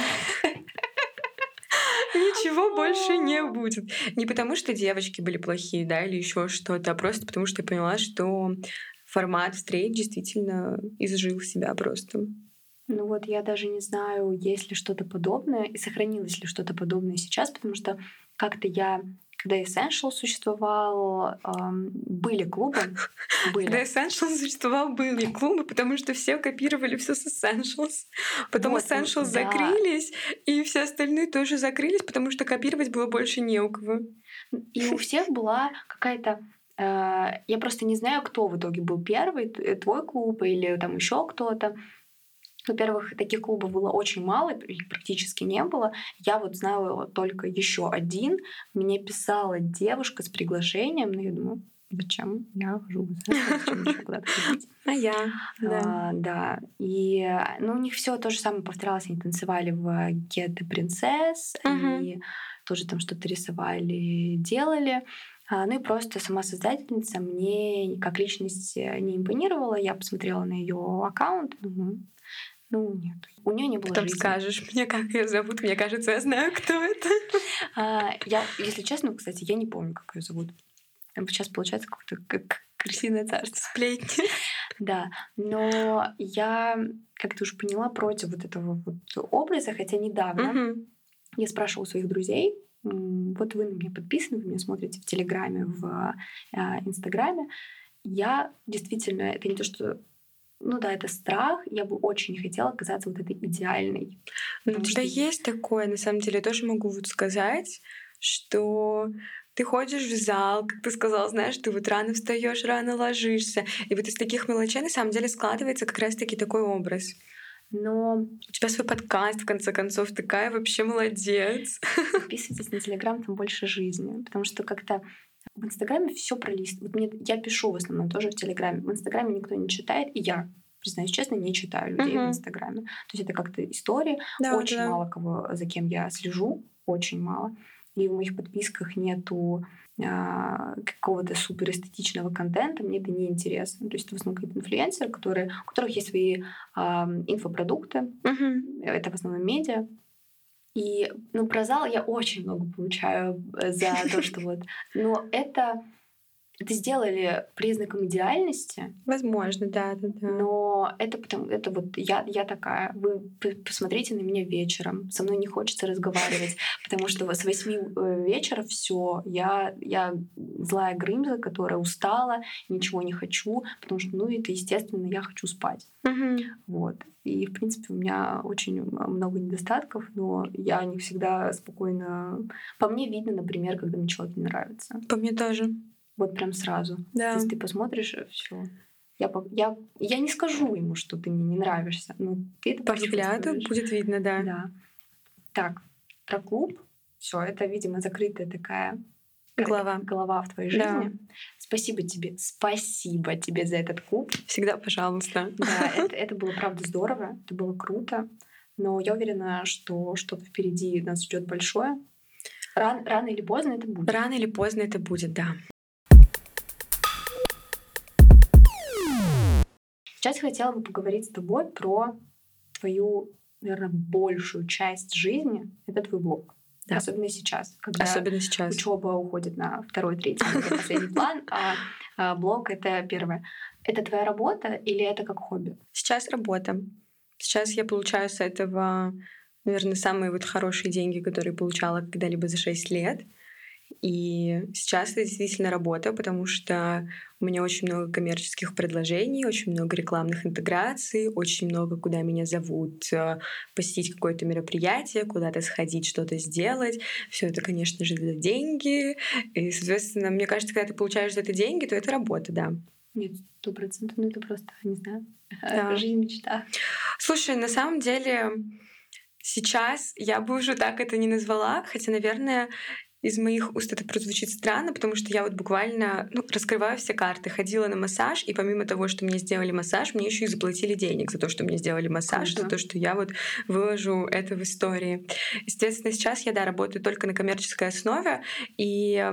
Ничего больше не будет. Не потому, что девочки были плохие, да, или еще что-то, а просто потому, что я поняла, что формат встреч действительно изжил себя просто. Ну вот я даже не знаю, есть ли что-то подобное и сохранилось ли что-то подобное сейчас, потому что как-то я, когда Essential существовал, эм, были клубы. Были. Когда Essential существовал, были клубы, потому что все копировали все с Essentials. Потом вот, Essentials да. закрылись, и все остальные тоже закрылись, потому что копировать было больше не у кого. И у всех была какая-то... Э, я просто не знаю, кто в итоге был первый, твой клуб или там еще кто-то. Во-первых, таких клубов было очень мало, их практически не было. Я вот знала только еще один. Мне писала девушка с приглашением, но я думаю, зачем я хожу? Зачем еще куда-то ходить? А я, да. А, да. И ну, у них все то же самое повторялось. Они танцевали в Get the Princess, они тоже там что-то рисовали, делали. Ну и просто сама создательница мне как личность не импонировала. Я посмотрела на ее аккаунт, думаю, ну нет, у нее не было Потом жизни. скажешь мне, как ее зовут. Мне кажется, я знаю, кто это. А, я, если честно, кстати, я не помню, как ее зовут. Сейчас получается как-то как крысиное царство. Сплетни. Да, но я, как ты уже поняла, против вот этого вот образа, хотя недавно угу. я спрашивала у своих друзей, вот вы на меня подписаны, вы меня смотрите в Телеграме, в э, Инстаграме. Я действительно, это не то, что... Ну да, это страх. Я бы очень хотела оказаться вот этой идеальной. Ну, у тебя что... есть такое, на самом деле, я тоже могу вот сказать, что ты ходишь в зал, как ты сказала, знаешь, ты вот рано встаешь, рано ложишься. И вот из таких мелочей на самом деле складывается как раз-таки такой образ. Но у тебя свой подкаст, в конце концов, такая вообще молодец. Подписывайтесь на Телеграм, там больше жизни. Потому что как-то в Инстаграме все пролист. Вот мне, я пишу в основном тоже в Телеграме. В Инстаграме никто не читает, и я, признаюсь честно, не читаю людей uh-huh. в Инстаграме. То есть это как-то история. Да, очень да. мало кого, за кем я слежу. Очень мало. И в моих подписках нету а, какого-то суперэстетичного контента. Мне это не интересно. То есть это в основном какие-то инфлюенсеры, которые, у которых есть свои а, инфопродукты. Uh-huh. Это в основном медиа. И ну, про зал я очень много получаю за то, что вот... Но это, это сделали признаком идеальности. Возможно, да, да, да. Но это потому, это вот я, я такая. Вы посмотрите на меня вечером. Со мной не хочется разговаривать, потому что с восьми вечера все. Я, я злая Грымза, которая устала, ничего не хочу, потому что, ну, это естественно, я хочу спать. Угу. Вот. И, в принципе, у меня очень много недостатков, но я не всегда спокойно... По мне видно, например, когда мне человек не нравится. По мне тоже. Вот прям сразу. Да. То есть ты посмотришь, все. Я, я, я не скажу ему, что ты мне не нравишься. Но ты это по взгляду будет видно, да. Да. Так, про клуб. Все, это, видимо, закрытая такая глава. глава в твоей жизни. Да. Спасибо тебе, спасибо тебе за этот куб. Всегда пожалуйста. Да, это, это было правда здорово, это было круто. Но я уверена, что что-то впереди нас ждет большое. Ран, рано или поздно это будет. Рано или поздно это будет, да. Сейчас я хотела бы поговорить с тобой про твою, наверное, большую часть жизни. Это твой блог. Да. Особенно сейчас, когда Особенно сейчас. учеба уходит на второй, третий, последний план, а, а блог — это первое. Это твоя работа или это как хобби? Сейчас работа. Сейчас я получаю с этого, наверное, самые вот хорошие деньги, которые получала когда-либо за шесть лет. И сейчас это действительно работа, потому что у меня очень много коммерческих предложений, очень много рекламных интеграций, очень много, куда меня зовут посетить какое-то мероприятие, куда-то сходить, что-то сделать. Все это, конечно же, за деньги. И, соответственно, мне кажется, когда ты получаешь за это деньги, то это работа, да. Нет, сто процентов, ну это просто, не знаю, да. Жизнь мечта. Слушай, на самом деле сейчас я бы уже так это не назвала, хотя, наверное, из моих уст это прозвучит странно, потому что я вот буквально ну, раскрываю все карты. Ходила на массаж, и помимо того, что мне сделали массаж, мне еще и заплатили денег за то, что мне сделали массаж, Круто. За то, что я вот выложу это в истории. Естественно, сейчас я, да, работаю только на коммерческой основе, и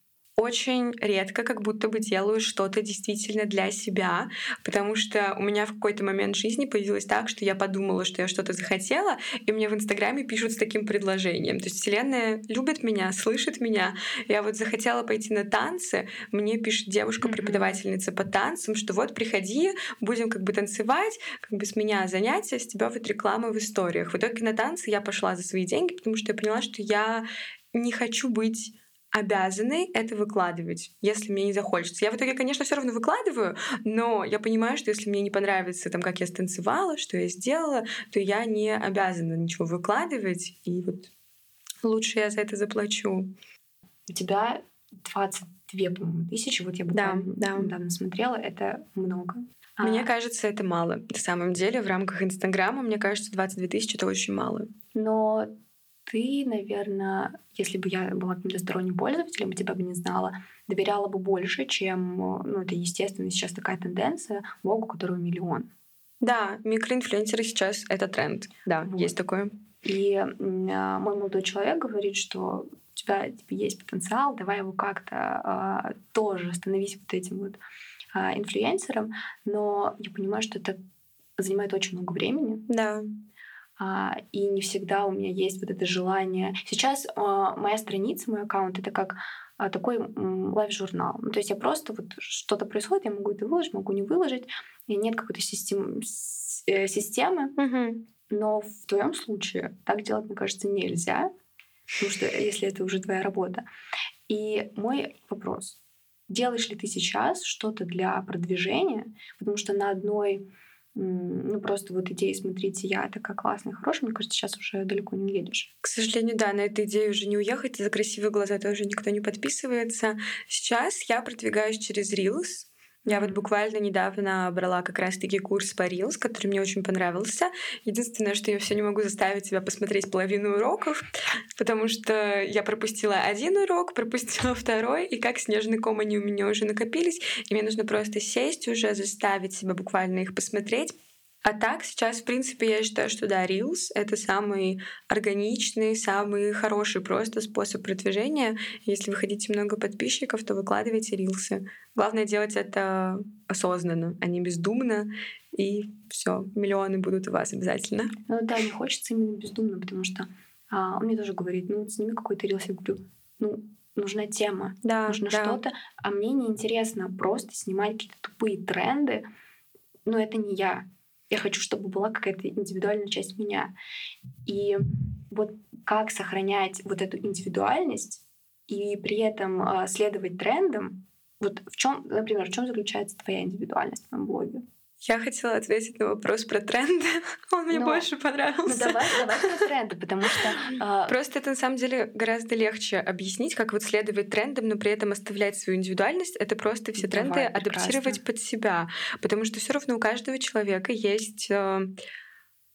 очень редко как будто бы делаю что-то действительно для себя, потому что у меня в какой-то момент жизни появилось так, что я подумала, что я что-то захотела, и мне в Инстаграме пишут с таким предложением. То есть Вселенная любит меня, слышит меня. Я вот захотела пойти на танцы, мне пишет девушка-преподавательница по танцам, что вот приходи, будем как бы танцевать, как бы с меня занятия, с тебя вот реклама в историях. В итоге на танцы я пошла за свои деньги, потому что я поняла, что я не хочу быть обязаны это выкладывать, если мне не захочется. Я в итоге, конечно, все равно выкладываю, но я понимаю, что если мне не понравится, там, как я станцевала, что я сделала, то я не обязана ничего выкладывать, и вот лучше я за это заплачу. У тебя двадцать две, по-моему, тысячи, вот я буквально да, да. недавно смотрела, это много. Мне а... кажется, это мало. На самом деле, в рамках Инстаграма, мне кажется, двадцать две тысячи — это очень мало. Но ты, наверное, если бы я была каким-то сторонним пользователем, и тебя бы не знала, доверяла бы больше, чем, ну, это, естественно, сейчас такая тенденция, блогу, у которого миллион. Да, микроинфлюенсеры сейчас — это тренд. Да, вот. Есть такое. И э, мой молодой человек говорит, что у тебя типа, есть потенциал, давай его как-то э, тоже становись вот этим вот э, инфлюенсером, но я понимаю, что это занимает очень много времени. Да. И не всегда у меня есть вот это желание. Сейчас моя страница, мой аккаунт — это как такой лайв-журнал. Ну, то есть я просто вот что-то происходит, я могу это выложить, могу не выложить. И нет какой-то систем... системы. Угу. Но в твоем случае так делать, мне кажется, нельзя, потому что если это уже твоя работа. И мой вопрос: делаешь ли ты сейчас что-то для продвижения? Потому что на одной ну, просто вот идея, смотрите, я такая классная, хорошая, мне кажется, сейчас уже далеко не уедешь. К сожалению, да, на эту идею уже не уехать, за красивые глаза тоже никто не подписывается. Сейчас я продвигаюсь через Reels. Я вот буквально недавно брала как раз-таки курс по Reels, который мне очень понравился. Единственное, что я все не могу заставить себя посмотреть половину уроков, потому что я пропустила один урок, пропустила второй, и как снежный ком они у меня уже накопились, и мне нужно просто сесть уже, заставить себя буквально их посмотреть. А так сейчас, в принципе, я считаю, что да, Reels — это самый органичный, самый хороший просто способ продвижения. Если вы хотите много подписчиков, то выкладывайте рилсы. Главное делать это осознанно, а не бездумно, и все, миллионы будут у вас обязательно. Ну да, не хочется именно бездумно, потому что а, он мне тоже говорит: ну сними какой-то рилс. Я говорю: ну нужна тема, да, нужно да. что-то, а мне неинтересно просто снимать какие-то тупые тренды, но это не я. Я хочу, чтобы была какая-то индивидуальная часть меня. И вот как сохранять вот эту индивидуальность и при этом э, следовать трендам, вот в чем, например, в чем заключается твоя индивидуальность в моем блоге? Я хотела ответить на вопрос про тренды. Он мне Но, больше понравился. Ну давай, давай про тренды, потому что... Э... Просто это на самом деле гораздо легче объяснить, как вот следовать трендам, но при этом оставлять свою индивидуальность. Это просто все давай, тренды прекрасно. адаптировать под себя. Потому что все равно у каждого человека есть... Э...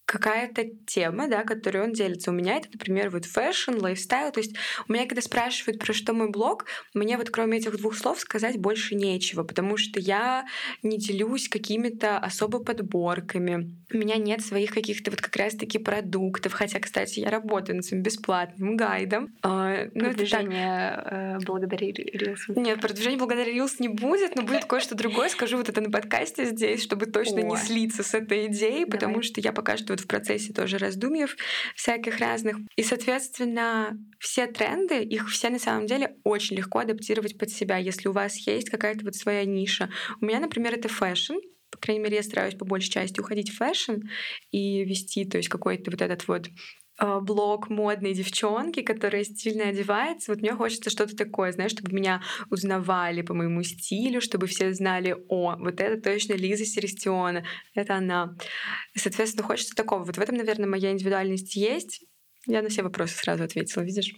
какая-то тема, да, которой он делится. У меня это, например, вот фэшн, лайфстайл. То есть у меня, когда спрашивают, про что мой блог, мне вот кроме этих двух слов сказать больше нечего, потому что я не делюсь какими-то особо подборками. У меня нет своих каких-то вот как раз-таки продуктов. Хотя, кстати, я работаю над своим бесплатным гайдом. А, ну, продвижение э, благодаря Reels. Нет, продвижение благодаря Reels не будет, но будет кое-что другое. Скажу вот это на подкасте здесь, чтобы точно О. не слиться с этой идеей, Давай. потому что я пока что в процессе тоже раздумьев всяких разных. И, соответственно, все тренды, их все на самом деле очень легко адаптировать под себя, если у вас есть какая-то вот своя ниша. У меня, например, это фэшн. По крайней мере, я стараюсь по большей части уходить в фэшн и вести, то есть какой-то вот этот вот блог модной девчонки, которая стильно одевается. Вот мне хочется что-то такое, знаешь, чтобы меня узнавали по моему стилю, чтобы все знали: о, вот это точно Лиза Серестиона, это она. И, соответственно, хочется такого. Вот в этом, наверное, моя индивидуальность есть. Я на все вопросы сразу ответила, видишь?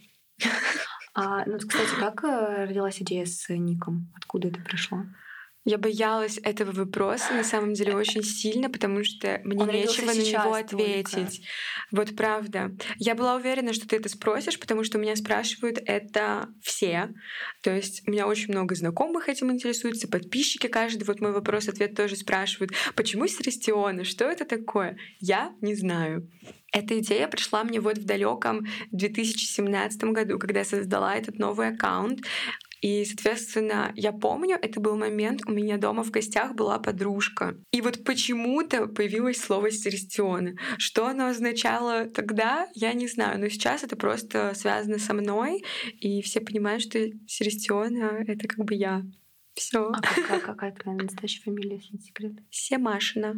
А, ну, кстати, как родилась идея с ником? Откуда это пришло? Я боялась этого вопроса на самом деле очень сильно, потому что мне Он нечего на него ответить. Только. Вот правда. Я была уверена, что ты это спросишь, потому что меня спрашивают это все. То есть у меня очень много знакомых этим интересуются, подписчики каждый вот мой вопрос-ответ тоже спрашивают: почему Серестиона? Что это такое? Я не знаю. Эта идея пришла мне вот в далеком две тысячи семнадцатом году, когда я создала этот новый аккаунт. И, соответственно, я помню, это был момент, у меня дома в гостях была подружка. И вот почему-то появилось слово «Серестиона». Что оно означало тогда, я не знаю. Но сейчас это просто связано со мной, и все понимают, что Серестиона — это как бы я. Все. А какая, какая твоя настоящая фамилия, если не секрет? Семашина.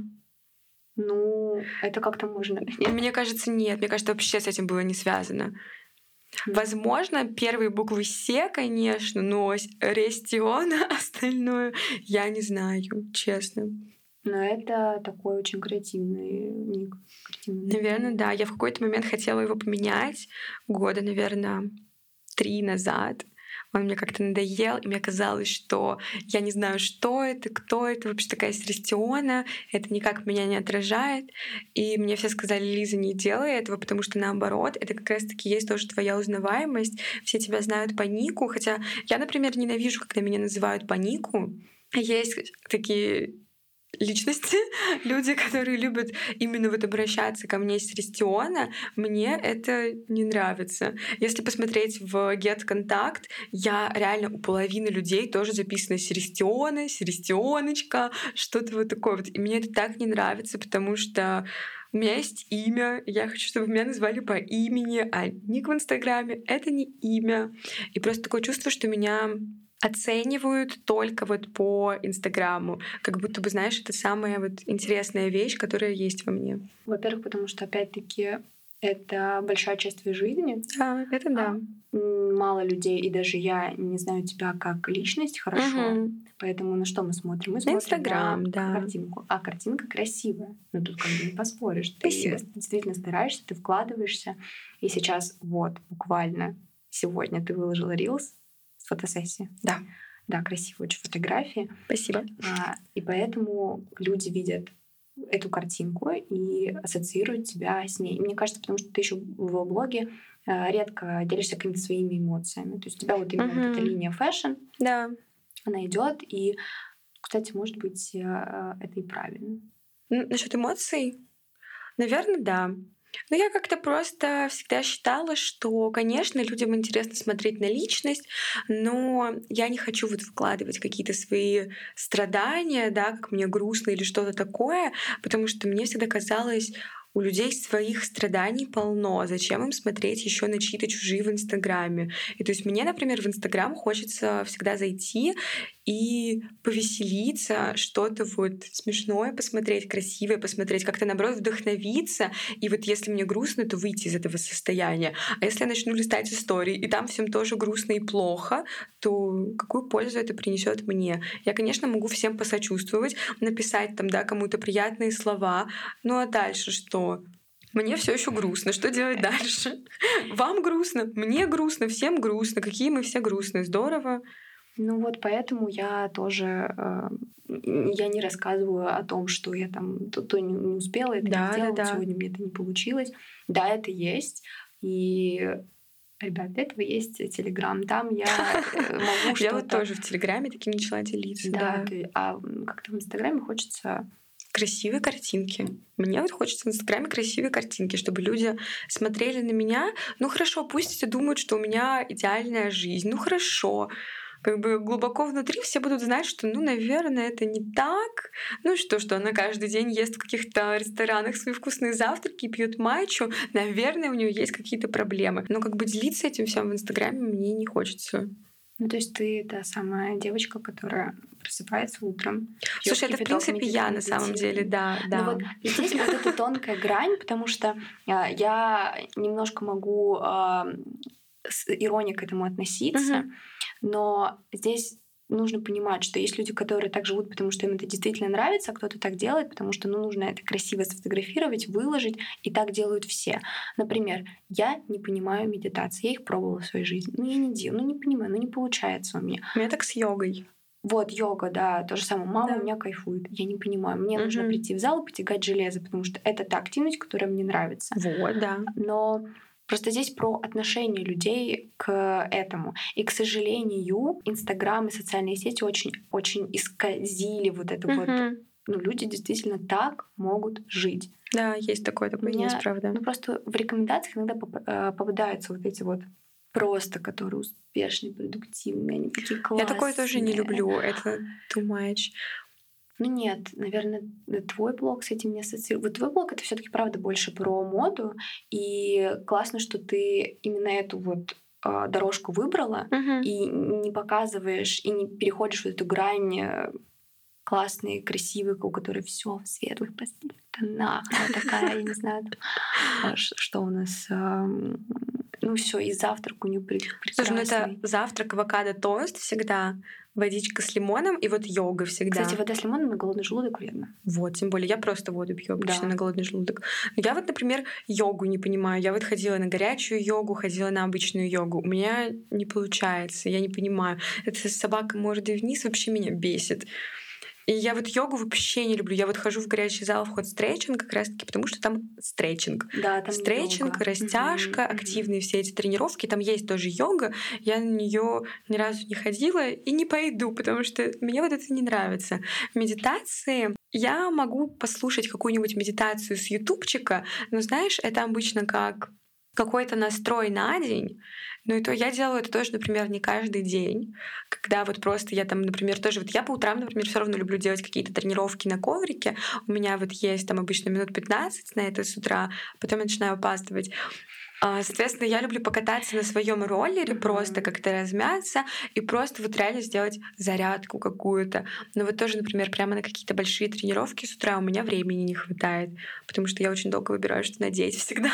Ну, это как-то можно. Нет? Мне кажется, нет. Мне кажется, вообще с этим было не связано. Возможно, первые буквы «Се», конечно, но Рестиона, остальное я не знаю, честно. Но это такой очень креативный ник. Креативный. Наверное, да. Я в какой-то момент хотела его поменять года, наверное, три назад. Он мне как-то надоел, и мне казалось, что я не знаю, что это, кто это, вообще такая Серестиона, это никак меня не отражает. И мне все сказали: Лиза, не делай этого, потому что наоборот, это как раз-таки есть тоже твоя узнаваемость, все тебя знают по нику, хотя я, например, ненавижу, когда меня называют по нику. Есть такие личности, люди, которые любят именно вот обращаться ко мне Серестиона, мне это не нравится. Если посмотреть в GetContact, я реально у половины людей тоже записана Серестиона, Серестионочка, что-то вот такое вот. И мне это так не нравится, потому что у меня есть имя, я хочу, чтобы меня назвали по имени, а ник в Инстаграме — это не имя. И просто такое чувство, что меня оценивают только вот по Инстаграму. Как будто бы, знаешь, это самая вот интересная вещь, которая есть во мне. Во-первых, потому что, опять-таки, это большая часть твоей жизни. Да, это да. Мало людей, и даже я не знаю тебя как личность хорошо. Угу. Поэтому на что мы смотрим? Мы на смотрим Инстаграм, на да. картинку. А картинка красивая. Но тут как бы не поспоришь. Спасибо. Ты действительно стараешься, ты вкладываешься. И сейчас вот буквально сегодня ты выложила Reels с фотосессии. Да. Да, красивые очень фотографии. Спасибо. А, и поэтому люди видят эту картинку и ассоциируют тебя с ней. И мне кажется, потому что ты еще в блоге редко делишься какими-то своими эмоциями. То есть у тебя вот именно uh-huh. вот эта линия фэшн, да. она идет, и, кстати, может быть, это и правильно. Насчет эмоций? Наверное, да. Но я как-то просто всегда считала, что, конечно, людям интересно смотреть на личность, но я не хочу вот вкладывать какие-то свои страдания, да, как мне грустно или что-то такое, потому что мне всегда казалось, у людей своих страданий полно. Зачем им смотреть еще на чьи-то чужие в Инстаграме? И то есть мне, например, в Инстаграм хочется всегда зайти и повеселиться, что-то вот смешное посмотреть, красивое посмотреть, как-то, наоборот, вдохновиться. И вот если мне грустно, то выйти из этого состояния. А если я начну листать истории, и там всем тоже грустно и плохо, то какую пользу это принесет мне? Я, конечно, могу всем посочувствовать, написать там, да, кому-то приятные слова. Ну а дальше что? Мне все еще грустно. Что делать дальше? Вам грустно, мне грустно, всем грустно. Какие мы все грустные. Здорово. Ну вот поэтому я тоже э, я не рассказываю о том, что я там то, то не, не успела, это Да, не да, сделала, вот да. сегодня мне это не получилось. Да, это есть. И, ребят, для этого есть Телеграм. Там я э, могу Я вот что-то... тоже в Телеграме таким начала делиться, Да, да. ты- а м, как-то в Инстаграме хочется... Красивые картинки. Мне вот хочется в Инстаграме красивые картинки, чтобы люди смотрели на меня. Ну хорошо, пусть все думают, что у меня идеальная жизнь. Ну хорошо. Как бы глубоко внутри все будут знать, что, ну, наверное, это не так. Ну что, что она каждый день ест в каких-то ресторанах свои вкусные завтраки, пьет матчу. Наверное, у нее есть какие-то проблемы. Но как бы делиться этим всем в Инстаграме мне не хочется. Ну, то есть ты та самая девочка, которая просыпается утром. пьёт Слушай, это в кипяток, принципе меди- я на самом деле, медитирует. да, Ну да. вот здесь вот эта тонкая грань, потому что а, я немножко могу а, с иронией к этому относиться, Мгм. но здесь нужно понимать, что есть люди, которые так живут, потому что им это действительно нравится, а кто-то так делает, потому что ну, нужно это красиво сфотографировать, выложить, и так делают все. Например, я не понимаю медитации, я их пробовала в своей жизни, но я не делаю, ну не понимаю, ну не получается у меня. У меня так с йогой. Вот йога, да, то же самое. Мама Да. у меня кайфует. Я не понимаю. Мне нужно Мгм. прийти в зал и потягать железо, потому что это та активность, которая мне нравится. Вот, да. Но просто здесь про отношение людей к этому. И, к сожалению, Инстаграм и социальные сети очень, очень исказили вот это вот. Мгм. Ну, люди действительно так могут жить. Да, есть такое, У такое меня, есть, правда. ну, просто в рекомендациях иногда поп- э, попадаются вот эти вот просто, которые успешные, продуктивные, они такие Я классные. такое тоже не люблю. Это too much. Ну нет, наверное, твой блог с этим не ассоциирует. Вот твой блог — это все таки правда больше про моду, и классно, что ты именно эту вот а, дорожку выбрала Мгм. и не показываешь, и не переходишь вот эту грань э, классной, красивой, у которой все в светлых пастельных тонах. Она такая, я не знаю, там, а, ш- что у нас... ам, Ну все, и завтрак у нее Слушай, ну это прекрасный. завтрак, авокадо, тост всегда, водичка с лимоном и вот йога всегда. Кстати, вода с лимоном на голодный желудок вредно. Вот, тем более я просто воду пью обычно Да. на голодный желудок. Но я вот, например, йогу не понимаю. Я вот ходила на горячую йогу, ходила на обычную йогу. У меня не получается, я не понимаю. Эта собака мордой вниз вообще меня бесит. И я вот йогу вообще не люблю. Я вот хожу в горячий зал, в ход стретчинг как раз-таки, потому что там стретчинг. Да, там Стретчинг, йога. растяжка, Мгм, мгм. активные все эти тренировки. Там есть тоже йога. Я на нее ни разу не ходила и не пойду, потому что мне вот это не нравится. Медитации я могу послушать какую-нибудь медитацию с ютубчика, но знаешь, это обычно как какой-то настрой на день. Ну и то я делаю это тоже, например, не каждый день, когда вот просто я там, например, тоже вот я по утрам, например, все равно люблю делать какие-то тренировки на коврике. У меня вот есть там обычно минут пятнадцать на это с утра, потом я начинаю опаздывать. А, Соответственно, я люблю покататься на своем роллере, Мгм. просто как-то размяться и просто вот реально сделать зарядку какую-то. Но вот тоже, например, прямо на какие-то большие тренировки с утра у меня времени не хватает, потому что я очень долго выбираю, что надеть всегда.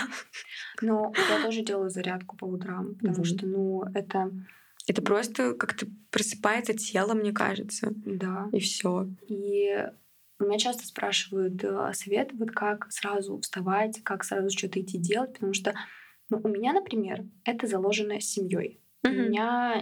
Ну, я тоже делаю зарядку по утрам, потому Вот. что, ну, это, Это просто как-то просыпается тело, мне кажется, да. и все. И меня часто спрашивают э, совет, вот как сразу вставать, как сразу что-то идти делать, потому что, ну, у меня, например, это заложено семьей. У меня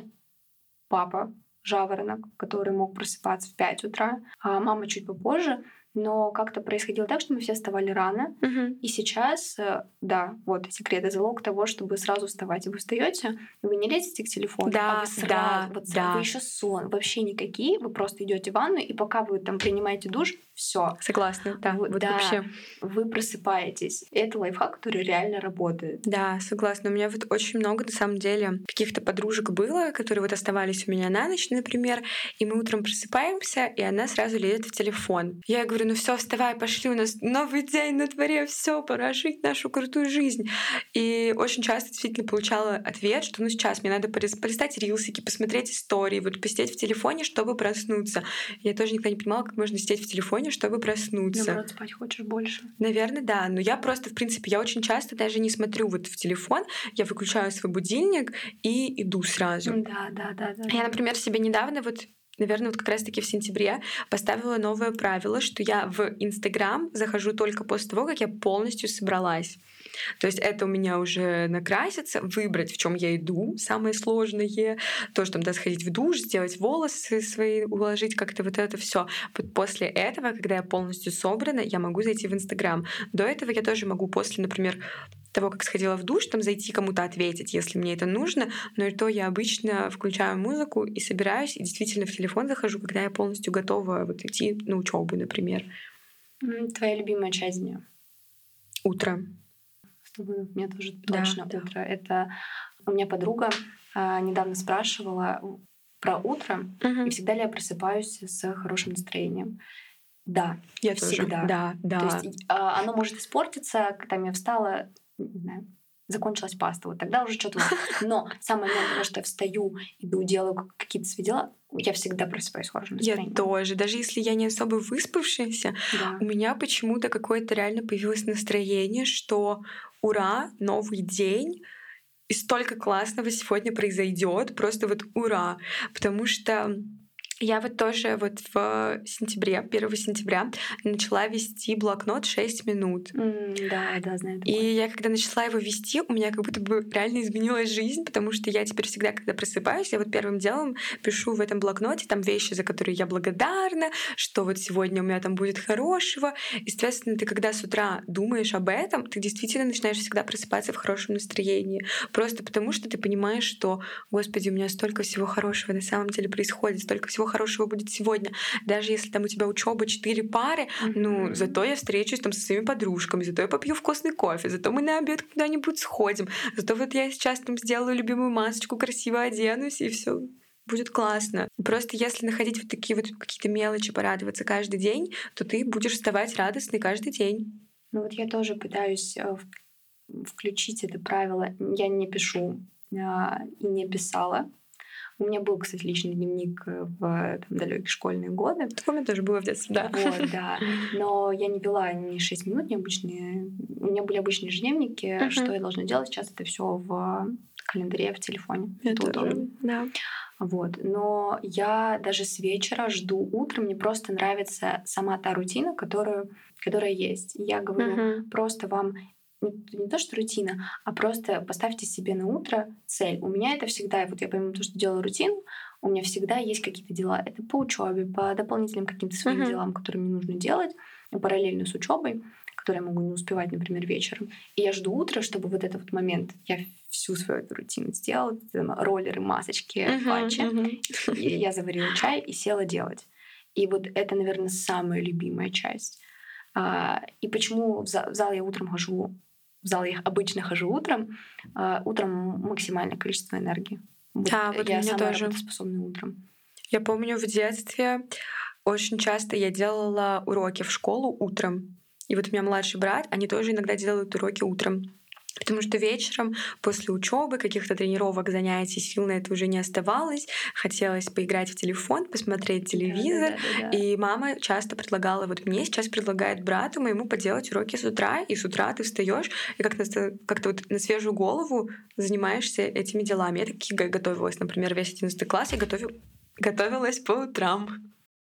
папа жаворонок, который мог просыпаться в пять утра, а мама чуть попозже, но как-то происходило так, что мы все вставали рано. И сейчас, э, да, вот секрет и залог того, чтобы сразу вставать. Вы встаете, вы не лезете к телефону, а Да, вы сразу, да, вот да. вы еще сон, вообще никакие, вы просто идете в ванну, и пока вы там принимаете душ, все, Согласна, да, Вы- вот да. вообще. вы просыпаетесь. Это лайфхак, который реально работает. Да, согласна. У меня вот очень много, на самом деле, каких-то подружек было, которые вот оставались у меня на ночь, например, и мы утром просыпаемся, и она сразу лезет в телефон. Я ей говорю, ну все, вставай, пошли, у нас новый день на дворе, все, пора жить нашу крутую жизнь. И очень часто действительно получала ответ, что ну сейчас мне надо полис- полистать рилсики, посмотреть истории, вот посидеть в телефоне, чтобы проснуться. Я тоже никогда не понимала, как можно сидеть в телефоне, чтобы проснуться. Наоборот, спать хочешь больше. Наверное, да. Но я просто, в принципе, я очень часто даже не смотрю вот в телефон, я выключаю свой будильник и иду сразу. Да, да, да, да. Я, например, себе недавно вот наверное, вот как раз-таки в сентябре поставила новое правило, что я в Инстаграм захожу только после того, как я полностью собралась. То есть это у меня уже накраситься, выбрать, в чем я иду, самое сложное, тоже там, да, сходить в душ, сделать волосы свои, уложить как-то вот это все. После этого, когда я полностью собрана, я могу зайти в Инстаграм. До этого я тоже могу после, например, того, как сходила в душ, там зайти кому-то ответить, если мне это нужно, но и то я обычно включаю музыку и собираюсь, и действительно в телефон захожу, когда я полностью готова вот идти на учебу, например. Твоя любимая часть дня? Утро. У меня тоже Да, точно да. утро. Это у меня подруга а, недавно спрашивала про утро, Угу. и всегда ли я просыпаюсь с хорошим настроением. Да, Я всегда. тоже. Да, да. То есть а, оно может испортиться, когда я встала, не знаю, закончилась паста, вот тогда уже что-то. Но сам момент того, что я встаю, иду, делаю какие-то свои дела, я всегда просыпаюсь с хорошим настроением. Я тоже. Даже если я не особо выспавшаяся, Да. у меня почему-то какое-то реально появилось настроение, что ура, новый день, и столько классного сегодня произойдет, просто вот ура. Потому что я вот тоже вот в сентябре, первого сентября, начала вести блокнот шесть минут. Mm, да, да, знаю такое. И я когда начала его вести, у меня как будто бы реально изменилась жизнь, потому что я теперь всегда, когда просыпаюсь, я вот первым делом пишу в этом блокноте там вещи, за которые я благодарна, что вот сегодня у меня там будет хорошего. И, соответственно, ты когда с утра думаешь об этом, ты действительно начинаешь всегда просыпаться в хорошем настроении. Просто потому что ты понимаешь, что, Господи, у меня столько всего хорошего на самом деле происходит, столько всего хорошего будет сегодня. Даже если там у тебя учеба четыре пары, mm-hmm. ну, зато я встречусь там со своими подружками, зато я попью вкусный кофе, зато мы на обед куда-нибудь сходим, зато вот я сейчас там сделаю любимую масочку, красиво оденусь, и все будет классно. Просто если находить вот такие вот какие-то мелочи, порадоваться каждый день, то ты будешь вставать радостный каждый день. Ну вот я тоже пытаюсь включить это правило. Я не пишу и не писала. У меня был, кстати, личный дневник в далекие школьные годы. Так у меня тоже было в детстве, да. Вот, да. Но я не вела ни шесть минут, ни обычные. У меня были обычные ежедневники, uh-huh. что я должна делать. Сейчас это все в календаре, в телефоне. Я это тоже, удобно. Да. Вот. Но я даже с вечера жду утра. Мне просто нравится сама та рутина, которую, которая есть. Я говорю uh-huh. просто вам... Не то, что рутина, а просто поставьте себе на утро цель. У меня это всегда, вот я помимо того, что делаю рутину, у меня всегда есть какие-то дела. Это по учебе, по дополнительным каким-то своим uh-huh. делам, которые мне нужно делать, параллельно с учебой, которые я могу не успевать, например, вечером. И я жду утра, чтобы вот этот вот момент, я всю свою эту рутину сделала, роллеры, масочки, uh-huh, патчи. Uh-huh. И я заварила чай и села делать. И вот это, наверное, самая любимая часть. И почему в зал я утром хожу, в зал я обычно хожу утром, утром максимальное количество энергии. Да, вот я у меня самая тоже. работоспособная утром. Я помню в детстве очень часто я делала уроки в школу утром. И вот у меня младший брат, они тоже иногда делают уроки утром. Потому что вечером после учебы, каких-то тренировок, занятий, сил на это уже не оставалось. Хотелось поиграть в телефон, посмотреть телевизор. Да, да, да, да. И мама часто предлагала, вот мне сейчас предлагает брату моему поделать уроки с утра. И с утра ты встаешь и как-то, как-то вот на свежую голову занимаешься этими делами. Я таки готовилась, например, весь одиннадцатый класс, я готовил, готовилась по утрам.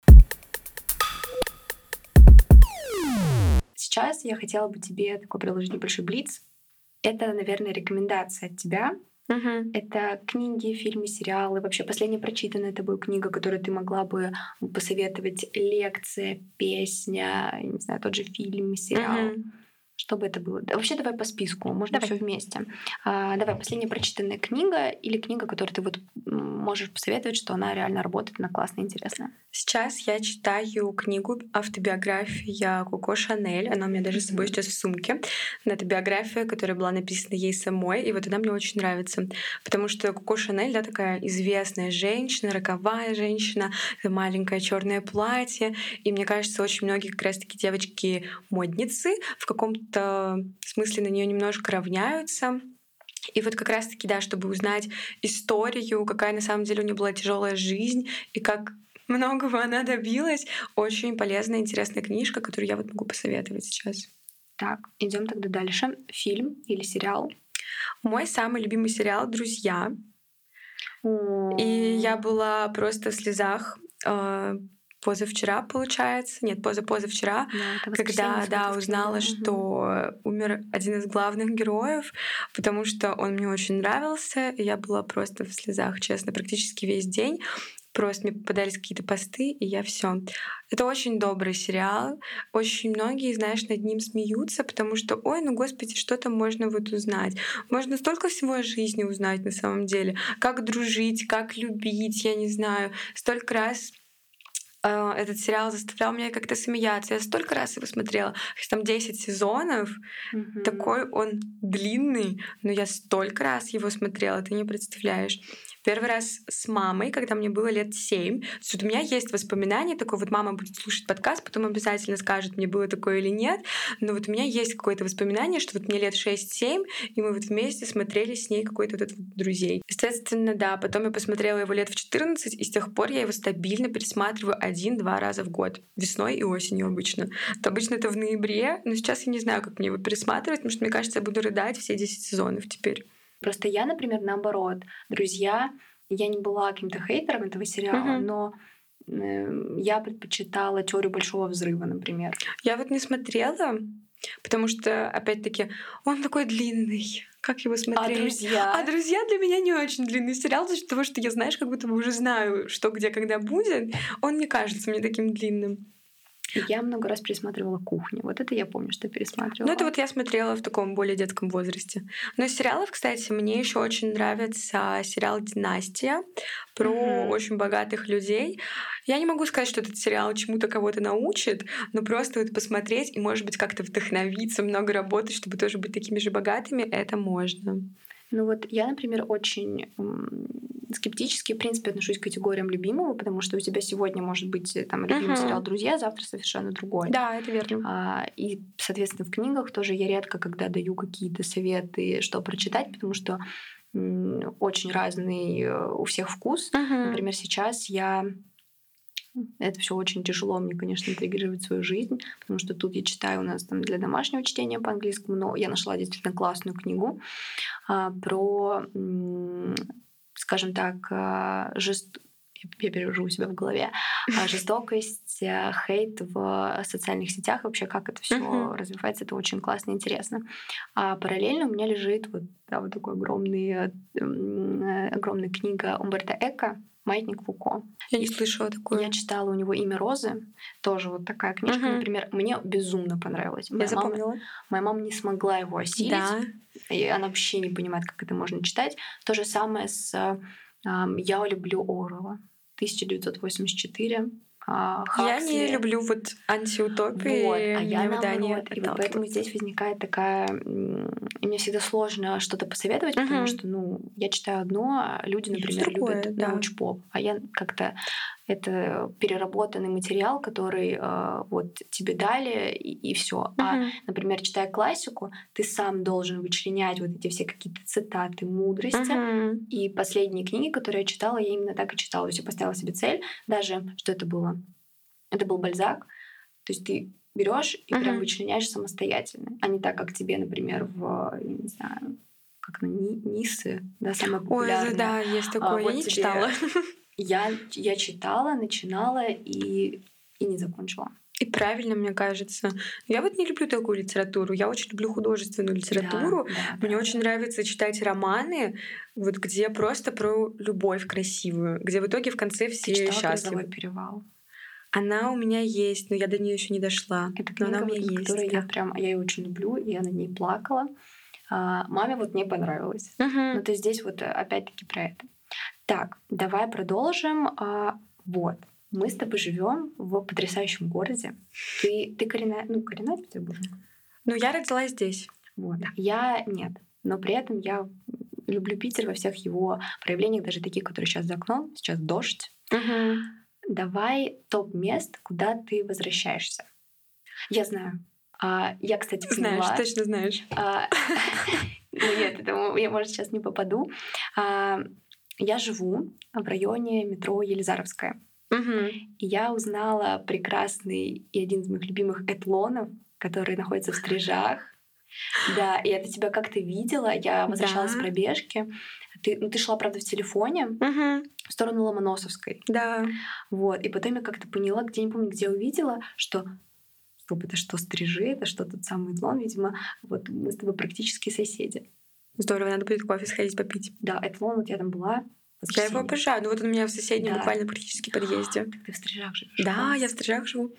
Сейчас я хотела бы тебе такой приложить небольшой блиц. Это, наверное, рекомендация от тебя. Uh-huh. Это книги, фильмы, сериалы. Вообще, последняя прочитанная тобой книга, которую ты могла бы посоветовать, лекция, песня, не знаю, тот же фильм, сериал. Uh-huh. Что бы это было? Вообще, давай по списку, можно все вместе. А, давай, последняя прочитанная книга или книга, которую ты вот можешь посоветовать, что она реально работает, она классная, интересная. Сейчас я читаю книгу «Автобиография Коко Шанель». Она у меня даже с собой сейчас в сумке. Это биография, которая была написана ей самой, и вот она мне очень нравится. Потому что Коко Шанель, да, такая известная женщина, роковая женщина, маленькое черное платье. И мне кажется, очень многие как раз-таки девочки-модницы в каком-то смысле на нее немножко равняются. И вот как раз-таки, да, чтобы узнать историю, какая на самом деле у нее была тяжелая жизнь и как многого она добилась. Очень полезная, интересная книжка, которую я вот могу посоветовать сейчас. Так, идем тогда дальше. Фильм или сериал? Мой самый любимый сериал «Друзья». И я была просто в слезах э, позавчера, получается, нет, позапозавчера, Да, когда, да, узнала, угу. что умер один из главных героев, потому что он мне очень нравился, и я была просто в слезах, честно, практически весь день. Просто мне попадались какие-то посты, и я все. Это очень добрый сериал. Очень многие, знаешь, над ним смеются, потому что, ой, ну господи, что там можно вот узнать? Можно столько всего о жизни узнать на самом деле. Как дружить, как любить, я не знаю. Столько раз э, этот сериал заставлял меня как-то смеяться. Я столько раз его смотрела. Там десять сезонов. Угу. Такой он длинный, но я столько раз его смотрела, ты не представляешь. Первый раз с мамой, когда мне было лет семь. То есть вот у меня есть воспоминания, такое вот мама будет слушать подкаст, потом обязательно скажет, мне было такое или нет. Но вот у меня есть какое-то воспоминание, что вот мне лет шесть-семь, и мы вот вместе смотрели с ней какой-то вот этот вот «Друзей». Естественно, да, потом я посмотрела его лет в четырнадцать, и с тех пор я его стабильно пересматриваю один-два раза в год. Весной и осенью обычно. То обычно это в ноябре, но сейчас я не знаю, как мне его пересматривать, потому что, мне кажется, я буду рыдать все десять сезонов теперь. Просто я, например, наоборот. «Друзья», я не была каким-то хейтером этого сериала, Мгм. но э, я предпочитала «Теорию большого взрыва», например. Я вот не смотрела, потому что, опять-таки, он такой длинный. Как его А смотреть? «Друзья»? А «Друзья» для меня не очень длинный сериал, за счет того, что я, знаешь, как будто бы уже знаю, что где, когда будет. Он не кажется мне таким длинным. Я много раз пересматривала «Кухню». Вот это я помню, что пересматривала. Ну, это вот я смотрела в таком более детском возрасте. Но из сериалов, кстати, мне еще очень нравится сериал «Династия» про Мгм. очень богатых людей. Я не могу сказать, что этот сериал чему-то кого-то научит, но просто вот посмотреть и, может быть, как-то вдохновиться, много работать, чтобы тоже быть такими же богатыми, это можно. Ну вот я, например, очень м, скептически, в принципе, отношусь к категориям любимого, потому что у тебя сегодня может быть э, там любимый Мгм. сериал «Друзья», завтра совершенно другой. Да, это верно. А, и, соответственно, в книгах тоже я редко когда даю какие-то советы, что прочитать, потому что м, очень разный э, у всех вкус. Мгм. Например, сейчас я это все очень тяжело мне, конечно, интегрировать в свою жизнь, потому что тут я читаю у нас там для домашнего чтения по английскому, но я нашла действительно классную книгу а, про, м, скажем так, а, жест... я перевожу у себя в голове, а, жестокость, а, хейт в социальных сетях, вообще как это все Мгм. развивается, это очень классно и интересно. А параллельно у меня лежит вот, да, вот такой огромный, э, м, э, огромная книга Умберто Эко «Маятник Фуко». Я не И слышала такое. Я читала у него «Имя Розы», тоже вот такая книжка, Мгм. например, мне безумно понравилась. Я Моя мама, запомнила. моя мама не смогла его осилить, Да. и она вообще не понимает, как это можно читать. То же самое с ам, «Я люблю Оруэлла» тысяча девятьсот восемьдесят четыре. а, Я не Хаксли. люблю вот антиутопии, Вот, а я меня да, не наоборот. И вот поэтому отталкивает. здесь возникает такая... м, И мне всегда сложно что-то посоветовать, потому Мгм. что, ну, я читаю одно, а люди, например, Другое, любят да. научпоп. А я как-то... Это переработанный материал, который э, вот тебе дали, и, все. А, Мгм. например, читая классику, ты сам должен вычленять вот эти все какие-то цитаты, мудрости. Мгм. И последние книги, которые я читала, я именно так и читала. То есть я поставила себе цель, даже что это было? Это был Бальзак. То есть ты берешь и прям Мгм. вычленяешь самостоятельно, а не так, как тебе, например, в, я не знаю, как на Ни- Нисы, да, самая Ой, популярная. да, есть А, такое. Я вот не тебе- читала. Я, я читала, начинала и, и не закончила. И правильно, мне кажется. Я вот не люблю такую литературу. Я очень люблю художественную литературу. Да, да, Мне да, очень да. нравится читать романы, вот где просто про любовь красивую, где в итоге в конце Ты все читала счастливы. «Грозовой перевал»? Она у меня есть, но я до нее еще не дошла. Это Но она книга, у меня вот, над есть. которой я Да. прям, я ее очень люблю, и я над ней плакала. А, маме вот не понравилось. Мгм. Ну, то есть здесь вот э, опять-таки про это. Так, давай продолжим. А, вот. Мы с тобой живем в потрясающем городе. Ты, ты коренная, ну, коренная петербурженка? Ну, я родилась здесь. Вот. Я нет. Но при этом я люблю Питер во всех его проявлениях, даже таких, которые сейчас за окном. Сейчас дождь. Мгм. Давай топ мест, куда ты возвращаешься. Я знаю. А, я, кстати, Знаешь, поняла. точно знаешь. А, ну нет, это я, может, сейчас не попаду. А, Я живу в районе метро Елизаровская. Мгм. И я узнала прекрасный и один из моих любимых этлонов, который находится в Стрижах. Да, и это тебя как-то видела. Я возвращалась с Да. пробежки. Ты, ну, ты шла, правда, в телефоне Угу. в сторону Ломоносовской. Да. Вот. И потом я как-то поняла, где, не помню, где увидела, что стоп, это что, Стрижи, это что, тот самый Этлон, видимо, вот мы с тобой практически соседи. Здорово, надо будет кофе сходить попить. Да, Этлон, вот я там была. Я его обожаю. Ну вот он у меня в соседнем Да. буквально практически подъезде. Так ты в Стрижах живешь? Да, Класс. я в Стрижах живу.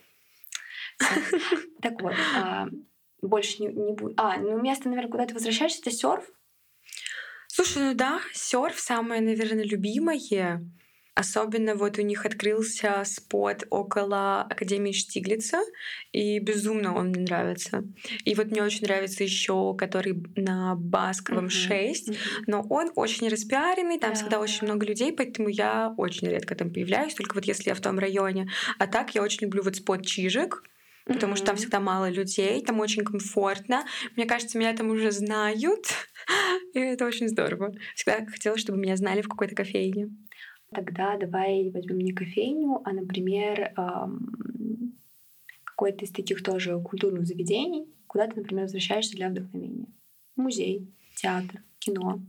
Так вот, а, больше не, не будет. А, ну место, наверное, куда ты возвращаешься, это серф? Слушай, ну да, серф самое, наверное, любимое. Особенно вот у них открылся спот около Академии Штиглица, и безумно он мне нравится. И вот мне очень нравится еще, который на Басковом шесть, Мгм. но он очень распиаренный, там Да. всегда очень много людей, поэтому я очень редко там появляюсь, только вот если я в том районе. А так я очень люблю вот спот Чижик, потому что там Мгм. всегда мало людей, там очень комфортно. Мне кажется, меня там уже знают, и это очень здорово. Всегда хотела, чтобы меня знали в какой-то кофейне. Тогда давай возьмем не кофейню, а, например, ам, какой-то из таких тоже культурных заведений, куда ты, например, возвращаешься для вдохновения. Музей, театр, кино.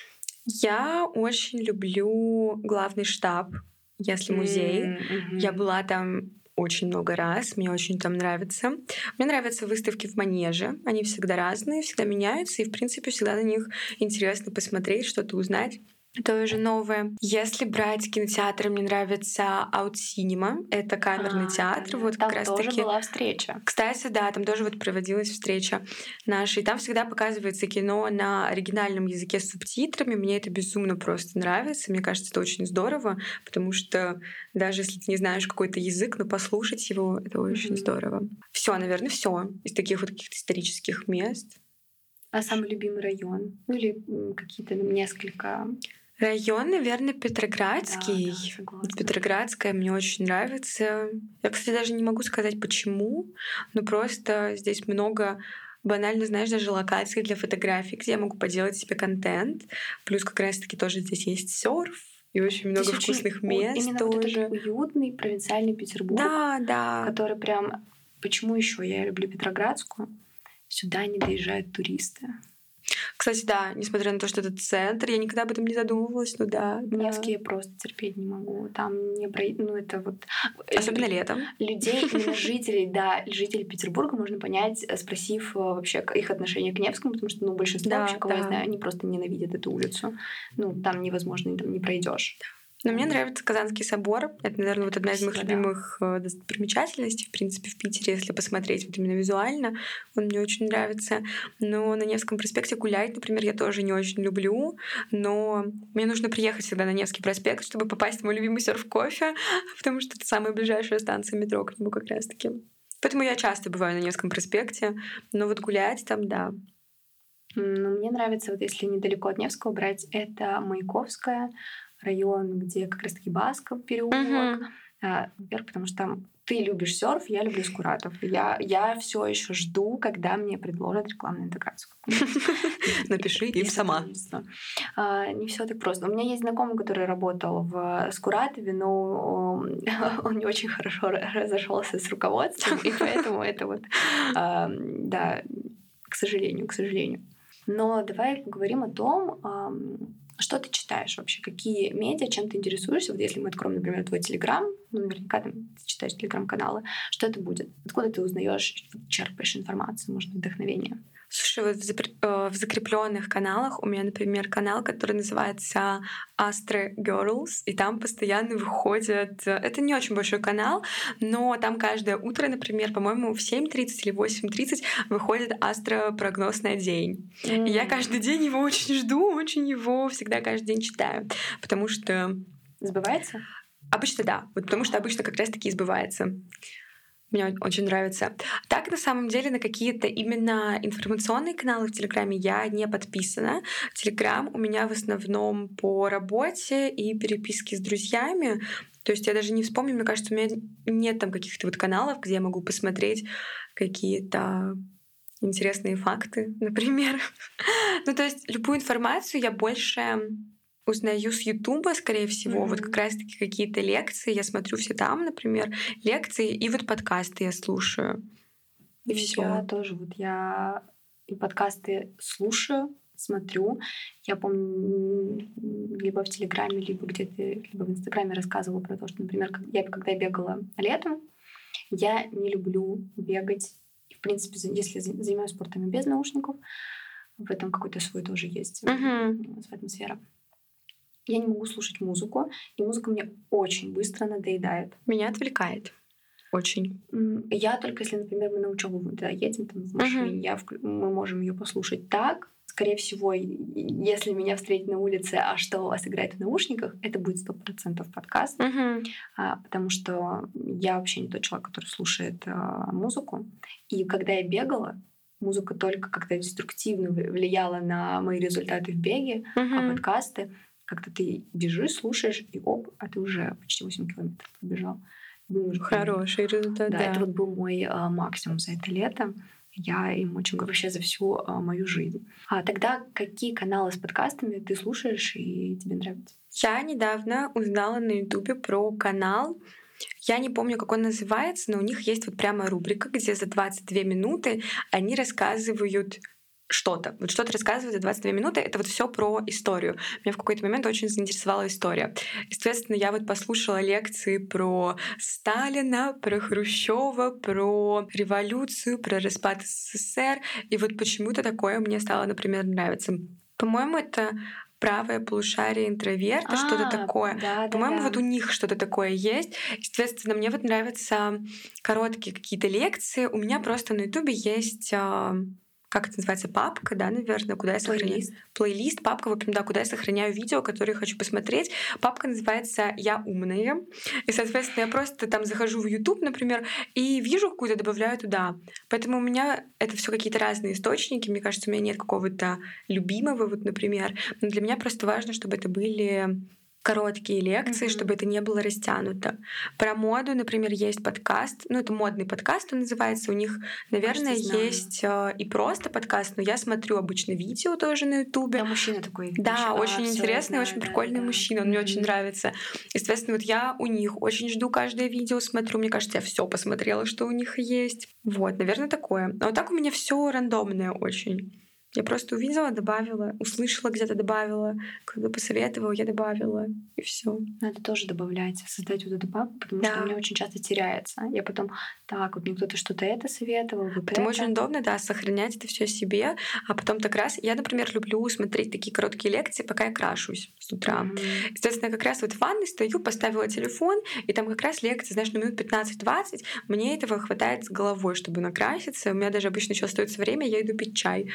Я очень люблю главный штаб, если музей. М, Я мгм. была там очень много раз, мне очень там нравится. Мне нравятся выставки в Манеже, они всегда разные, всегда меняются, и, в принципе, всегда на них интересно посмотреть, что-то узнать. Тоже новое. Если брать кинотеатры, мне нравится Out Cinema. Это камерный А, театр. да-да. Вот Там как раз тоже таки. была встреча. Кстати, да, там тоже вот проводилась встреча наша. И там всегда показывается кино на оригинальном языке с субтитрами. Мне это безумно просто нравится. Мне кажется, это очень здорово, потому что даже если ты не знаешь какой-то язык, но послушать его — это очень Мгм. здорово. Все, наверное, все из таких вот каких-то исторических мест. А самый любимый район? Ну или м, какие-то ну, несколько. Район, наверное, Да, Петроградский. да, Вот согласна. Петроградская мне очень нравится. Я, кстати, даже не могу сказать, почему, но просто здесь много банально, знаешь, даже локаций для фотографий, где я могу поделать себе контент. Плюс как раз-таки тоже здесь есть серф и очень много Здесь очень вкусных у- мест именно вот тоже. этот уютный провинциальный Петербург, Да, да. который прям... Почему еще я люблю Петроградскую? Сюда не доезжают туристы. Кстати, да, несмотря на то, что это центр, я никогда об этом не задумывалась, но да. да. Невский я просто терпеть не могу. Там не про... Ну, это вот... Особенно летом. Людей, именно жителей, да, жителей Петербурга можно понять, спросив э, вообще к- их отношение к Невскому, потому что, ну, большинство Да, вообще, кого я да. знаю, они просто ненавидят эту улицу. Ну, там невозможно, там не пройдешь. Но мне нравится Казанский собор. Это, наверное, вот одна из моих Красиво, да. любимых э, достопримечательностей, в принципе, в Питере, если посмотреть вот именно визуально. Он мне очень нравится. Но на Невском проспекте гулять, например, я тоже не очень люблю. Но мне нужно приехать всегда на Невский проспект, чтобы попасть в мой любимый серф-кофе, потому что это самая ближайшая станция метро к нему как раз-таки. Поэтому я часто бываю на Невском проспекте. Но вот гулять там, да. М, Ну, мне нравится, вот если недалеко от Невского брать, это Маяковская, район, где как раз-таки Басков переулок. Мгм. А, Во-первых, потому что там ты любишь серф, я люблю Скуратов. Я, я все еще жду, когда мне предложат рекламную интеграцию. какую-нибудь. Напиши им И сама. сотрудничество. А, Не все так просто. У меня есть знакомый, который работал в Скуратове, но он он не очень хорошо разошелся с руководством, и поэтому это вот, а, да, к сожалению, к сожалению. Но давай поговорим о том, ам, что ты читаешь вообще, какие медиа, чем ты интересуешься. Вот если мы откроем, например, твой Телеграм, ну, наверняка там ты читаешь Телеграм-каналы, что это будет? Откуда ты узнаешь, черпаешь информацию, может, вдохновение? Слушай, вот в, запр- э, в закрепленных каналах у меня, например, канал, который называется Astra Girls, и там постоянно выходят... э, Это не очень большой канал, но там каждое утро, например, по-моему, в семь тридцать или восемь тридцать выходит астро-прогноз на день. И я каждый день его очень жду, очень его всегда каждый день читаю, потому что... Сбывается? Обычно да, вот потому что обычно как раз-таки и сбывается. Мне о- очень нравится. Так, на самом деле, на какие-то именно информационные каналы в Телеграме я не подписана. Телеграм у меня в основном по работе и переписке с друзьями. То есть я даже не вспомню, мне кажется, у меня нет там каких-то вот каналов, где я могу посмотреть какие-то интересные факты, например. Ну, то есть любую информацию я больше узнаю с Ютуба, скорее всего. Вот как Мгм. раз-таки какие-то лекции я смотрю все там, например, лекции, и вот подкасты я слушаю. И Ну, Я все. тоже вот я и подкасты слушаю, смотрю. Я помню, либо в Телеграме, либо где-то, либо в Инстаграме рассказывала про то, что, например, как я, когда я бегала летом, я не люблю бегать. В принципе, если занимаюсь спортом без наушников, в этом какой-то свой тоже есть, uh-huh. в этом сфера. Я не могу слушать музыку, и музыка мне очень быстро надоедает. Меня отвлекает. Очень. Я только если, например, мы на учебу да, едем там, в машине, uh-huh. я, мы можем ее послушать так. Скорее всего, если меня встретить на улице, а что у вас играет в наушниках, это будет сто процентов подкаст. Uh-huh. А, потому что я вообще не тот человек, который слушает а, музыку. И когда я бегала, музыка только как-то деструктивно влияла на мои результаты в беге, uh-huh. а подкасты, как-то ты бежишь, слушаешь, и оп, а ты уже почти восемь километров побежал. Думаешь, хороший результат, да, да. Это вот был мой а, максимум за это лето. Я им очень говорю вообще за всю а, мою жизнь. А тогда какие каналы с подкастами ты слушаешь и тебе нравятся? Я недавно узнала на Ютубе про канал. Я не помню, как он называется, но у них есть вот прямо рубрика, где за двадцать две минуты они рассказывают что-то. Вот что-то рассказывают за двадцать две минуты. Это вот все про историю. Меня в какой-то момент очень заинтересовала история. Естественно, я вот послушала лекции про Сталина, про Хрущева, про революцию, про распад СССР. И вот почему-то такое мне стало, например, нравиться. По-моему, это правое полушарие интроверта, а, что-то такое. Да, По-моему, да, да. вот у них что-то такое есть. Естественно, мне вот нравятся короткие какие-то лекции. У меня просто на Ютубе есть... как это называется, папка, да, наверное, куда я сохраняю... Плейлист. Плейлист, папка, в общем, да, куда я сохраняю видео, которые хочу посмотреть. Папка называется «Я умная». И, соответственно, я просто там захожу в YouTube, например, и вижу какую-то, добавляю туда. Поэтому у меня это все какие-то разные источники. Мне кажется, у меня нет какого-то любимого, вот, например. Но для меня просто важно, чтобы это были... короткие лекции, mm-hmm. чтобы это не было растянуто. Про моду, например, есть подкаст. Ну, это модный подкаст, он называется. У них, наверное, Кажется, есть э, и просто подкаст, но я смотрю обычно видео тоже на Ютубе. Да, мужчина такой. Да, а, очень интересный, знаю, очень да, прикольный да. мужчина. Он mm-hmm. мне очень нравится. Естественно, вот я у них очень жду каждое видео, смотрю. Мне кажется, я все посмотрела, что у них есть. Вот, наверное, такое. А вот так у меня все рандомное очень. Я просто увидела, добавила, услышала, где-то добавила, когда посоветовала, я добавила, и все. Надо тоже добавлять, создать вот эту папку, потому да. что у меня очень часто теряется. Я потом, так, вот мне кто-то что-то это советовал, вот Потом это. очень удобно, да, сохранять это все себе, а потом так раз... Я, например, люблю смотреть такие короткие лекции, пока я крашусь с утра. Mm-hmm. Естественно, как раз вот в ванной стою, поставила телефон, и там как раз лекции, знаешь, на минут пятнадцать-двадцать. Мне этого хватает с головой, чтобы накраситься. У меня даже обычно еще остается время, я иду пить чай.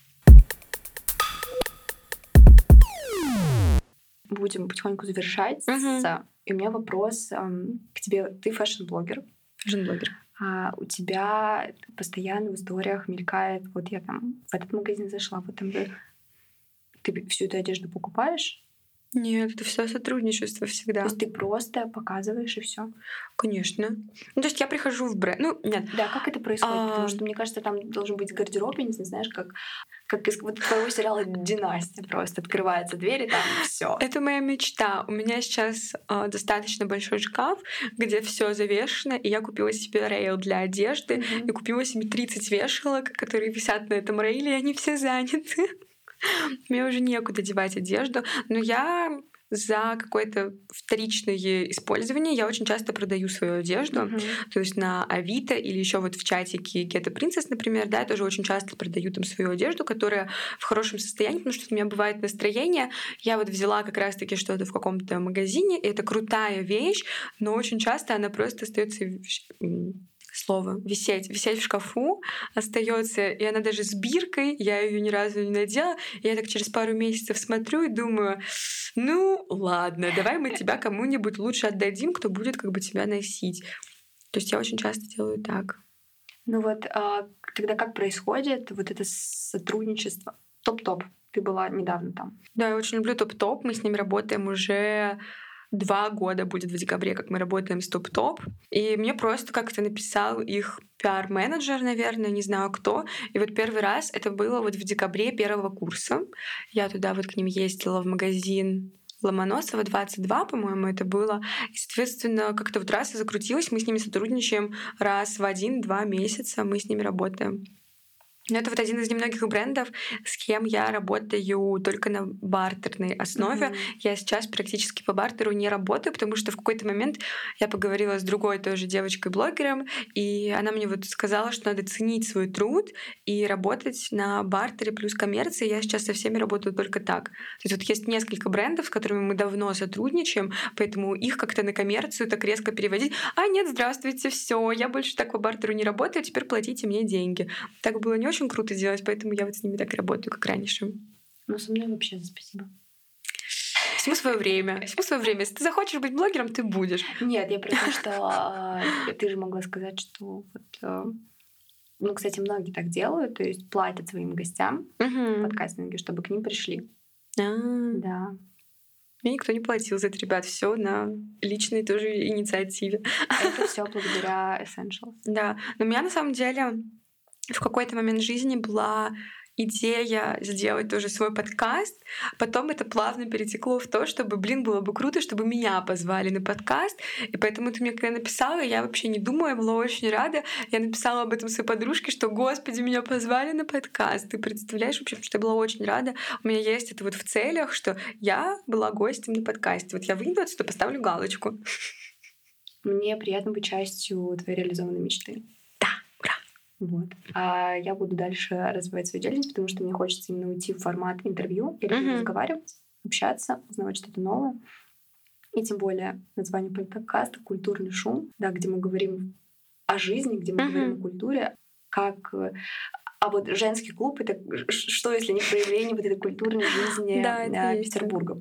Будем потихоньку завершать. Uh-huh. И у меня вопрос эм, к тебе. Ты фэшн-блогер. Фэшн-блогер. А у тебя постоянно в историях мелькает, вот я там в этот магазин зашла, вот там ты всю эту одежду покупаешь? Нет, это все сотрудничество всегда. То есть ты просто показываешь и все. Конечно. Ну, то есть я прихожу в бренд. Ну, нет. Да, как это происходит? А... Потому что, мне кажется, там должен быть гардероб, я не знаю, знаешь, как, как из вот твоего сериала «Династия». Просто открывается дверь, и там все. Это моя мечта. У меня сейчас э, достаточно большой шкаф, где все завешено, и я купила себе рейл для одежды, mm-hmm. и купила себе тридцать вешалок, которые висят на этом рейле, и они все заняты. Мне уже некуда девать одежду, но я за какое-то вторичное использование я очень часто продаю свою одежду, uh-huh. то есть на Авито или еще вот в чатике Get a Princess, например, да, я тоже очень часто продаю там свою одежду, которая в хорошем состоянии, потому что у меня бывает настроение. Я вот взяла как раз-таки что-то в каком-то магазине, и это крутая вещь, но очень часто она просто остается слово висеть, висеть в шкафу остается, и она даже с биркой, я ее ни разу не надела, и я так через пару месяцев смотрю и думаю, ну ладно, давай мы тебя кому-нибудь лучше отдадим, кто будет как бы тебя носить. То есть я очень часто делаю так. Ну вот а, тогда как происходит вот это сотрудничество? Топ-топ. Ты была недавно там. Да, я очень люблю Топ-топ. Мы с ними работаем уже два года будет в декабре, как мы работаем с Топ-топ. И мне просто как-то написал их пиар-менеджер, наверное, не знаю кто. И вот первый раз это было вот в декабре первого курса. Я туда вот к ним ездила в магазин Ломоносова, двадцать два, по-моему, это было. И, соответственно, как-то вот раз и закрутилось. Мы с ними сотрудничаем раз в один-два месяца. Мы с ними работаем. Но это вот один из немногих брендов, с кем я работаю только на бартерной основе. Мгм. Я сейчас практически по бартеру не работаю, потому что в какой-то момент я поговорила с другой тоже девочкой-блогером, и она мне вот сказала, что надо ценить свой труд и работать на бартере плюс коммерции. Я сейчас со всеми работаю только так. То есть вот есть несколько брендов, с которыми мы давно сотрудничаем, поэтому их как-то на коммерцию так резко переводить. А нет, здравствуйте, все, я больше так по бартеру не работаю, теперь платите мне деньги. Так было не очень круто делать, поэтому я вот с ними так и работаю, как раньше. Ну, со мной вообще спасибо. Всему свое время. Всему свое время. Если ты захочешь быть блогером, ты будешь. Нет, я про то, что э, ты же могла сказать, что вот, э, ну, кстати, многие так делают, то есть платят своим гостям в Мгм. подкастинге, чтобы к ним пришли. А, Да. Мне никто не платил за это, ребят. Все на личной тоже инициативе. Это все благодаря Essentials. Да. Но у меня на самом деле в какой-то момент жизни была идея сделать тоже свой подкаст. Потом это плавно перетекло в то, чтобы, блин, было бы круто, чтобы меня позвали на подкаст. И поэтому ты мне когда написала, я вообще не думала, я была очень рада. Я написала об этом своей подружке, что, господи, меня позвали на подкаст. Ты представляешь, вообще, что я была очень рада. У меня есть это вот в целях, что я была гостем на подкасте. Вот я выйду отсюда, поставлю галочку. Мне приятно быть частью твоей реализованной мечты. Да, ура! Вот. А я буду дальше развивать свою деятельность, потому что мне хочется именно уйти в формат интервью. Я люблю Мгм. разговаривать, общаться, узнавать что-то новое. И тем более название подкаста «Культурный шум», да, где мы говорим о жизни, где мы Мгм. говорим о культуре, как... э, А вот женский клуб — это ш- что, если не проявление вот этой культурной жизни Да, это э, есть так. Петербурга?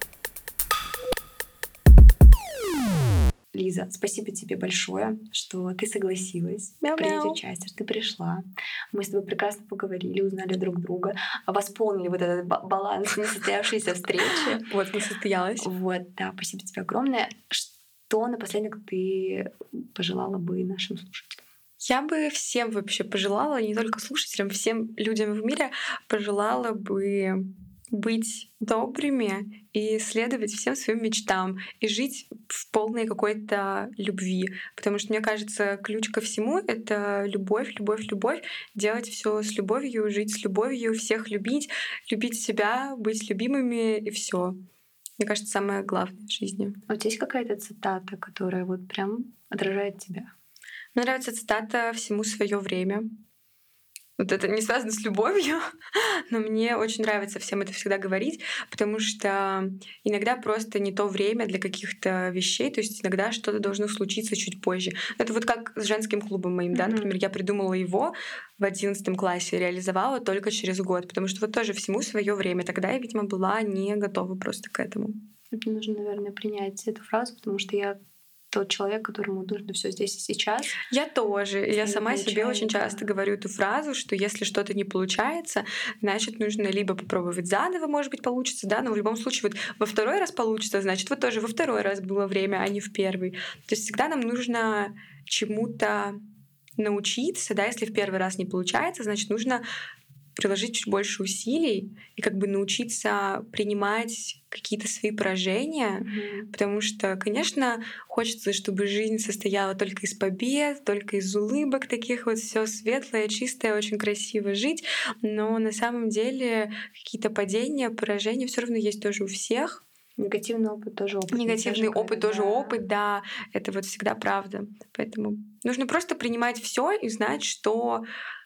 Лиза, спасибо тебе большое, что ты согласилась принять Мяу-мяу. участие, что ты пришла. Мы с тобой прекрасно поговорили, узнали друг друга, восполнили вот этот ба- баланс несостоявшейся встречи. Вот, не состоялась. Вот, да, спасибо тебе огромное. Что напоследок ты пожелала бы нашим слушателям? Я бы всем вообще пожелала, не только слушателям, всем людям в мире пожелала бы быть добрыми и следовать всем своим мечтам и жить в полной какой-то любви. Потому что, мне кажется, ключ ко всему — это любовь, любовь, любовь. Делать все с любовью, жить с любовью, всех любить, любить себя, быть любимыми и все. Мне кажется, самое главное в жизни. А у тебя есть какая-то цитата, которая вот прям отражает тебя? Мне нравится цитата «всему свое время». Вот это не связано с любовью, но мне очень нравится всем это всегда говорить, потому что иногда просто не то время для каких-то вещей, то есть иногда что-то должно случиться чуть позже. Это вот как с женским клубом моим, да, Мгм. например, я придумала его в одиннадцатом классе, реализовала только через год, потому что вот тоже всему свое время. Тогда я, видимо, была не готова просто к этому. Мне нужно, наверное, принять эту фразу, потому что я тот человек, которому нужно все здесь и сейчас. Я тоже. И я И не сама себе очень получается. часто говорю эту фразу, что если что-то не получается, значит, нужно либо попробовать заново, может быть, получится, да, но в любом случае вот во второй раз получится, значит, вот тоже во второй раз было время, а не в первый. То есть всегда нам нужно чему-то научиться, да, если в первый раз не получается, значит, нужно приложить чуть больше усилий и как бы научиться принимать какие-то свои поражения, Мгм. потому что, конечно, хочется, чтобы жизнь состояла только из побед, только из улыбок таких вот, все светлое, чистое, очень красиво жить, но на самом деле какие-то падения, поражения все равно есть тоже у всех. Негативный опыт тоже опыт. не Негативный тоже опыт говорят, тоже да. опыт, да, это вот всегда правда. Поэтому нужно просто принимать все и знать, что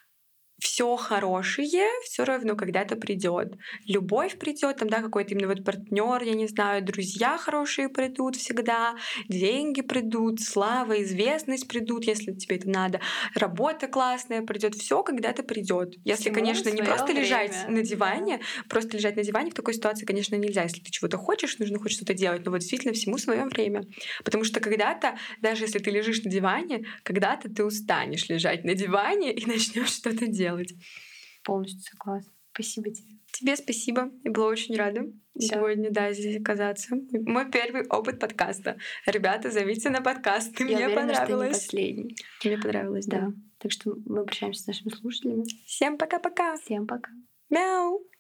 все хорошее все равно когда-то придет. Любовь придет, там, да, какой-то именно вот партнер, я не знаю, друзья хорошие придут всегда, деньги придут, слава, известность придут, если тебе это надо, работа классная придет, все когда-то придет. Если, Всему конечно, не своё просто лежать время, на да. диване, просто лежать на диване в такой ситуации, конечно, нельзя. Если ты чего-то хочешь, нужно хоть что-то делать, но вот действительно всему свое время. Потому что когда-то, даже если ты лежишь на диване, когда-то ты устанешь лежать на диване и начнешь что-то делать. Полностью согласна. Спасибо тебе. Тебе спасибо. Я была очень рада Да. сегодня, да, здесь оказаться. Мой первый опыт подкаста. Ребята, зовите на подкаст. Я Мне уверена, что не понравилось. последний. Мне понравилось, да. Да. Так что мы прощаемся с нашими слушателями. Всем пока-пока. Всем пока. Мяу.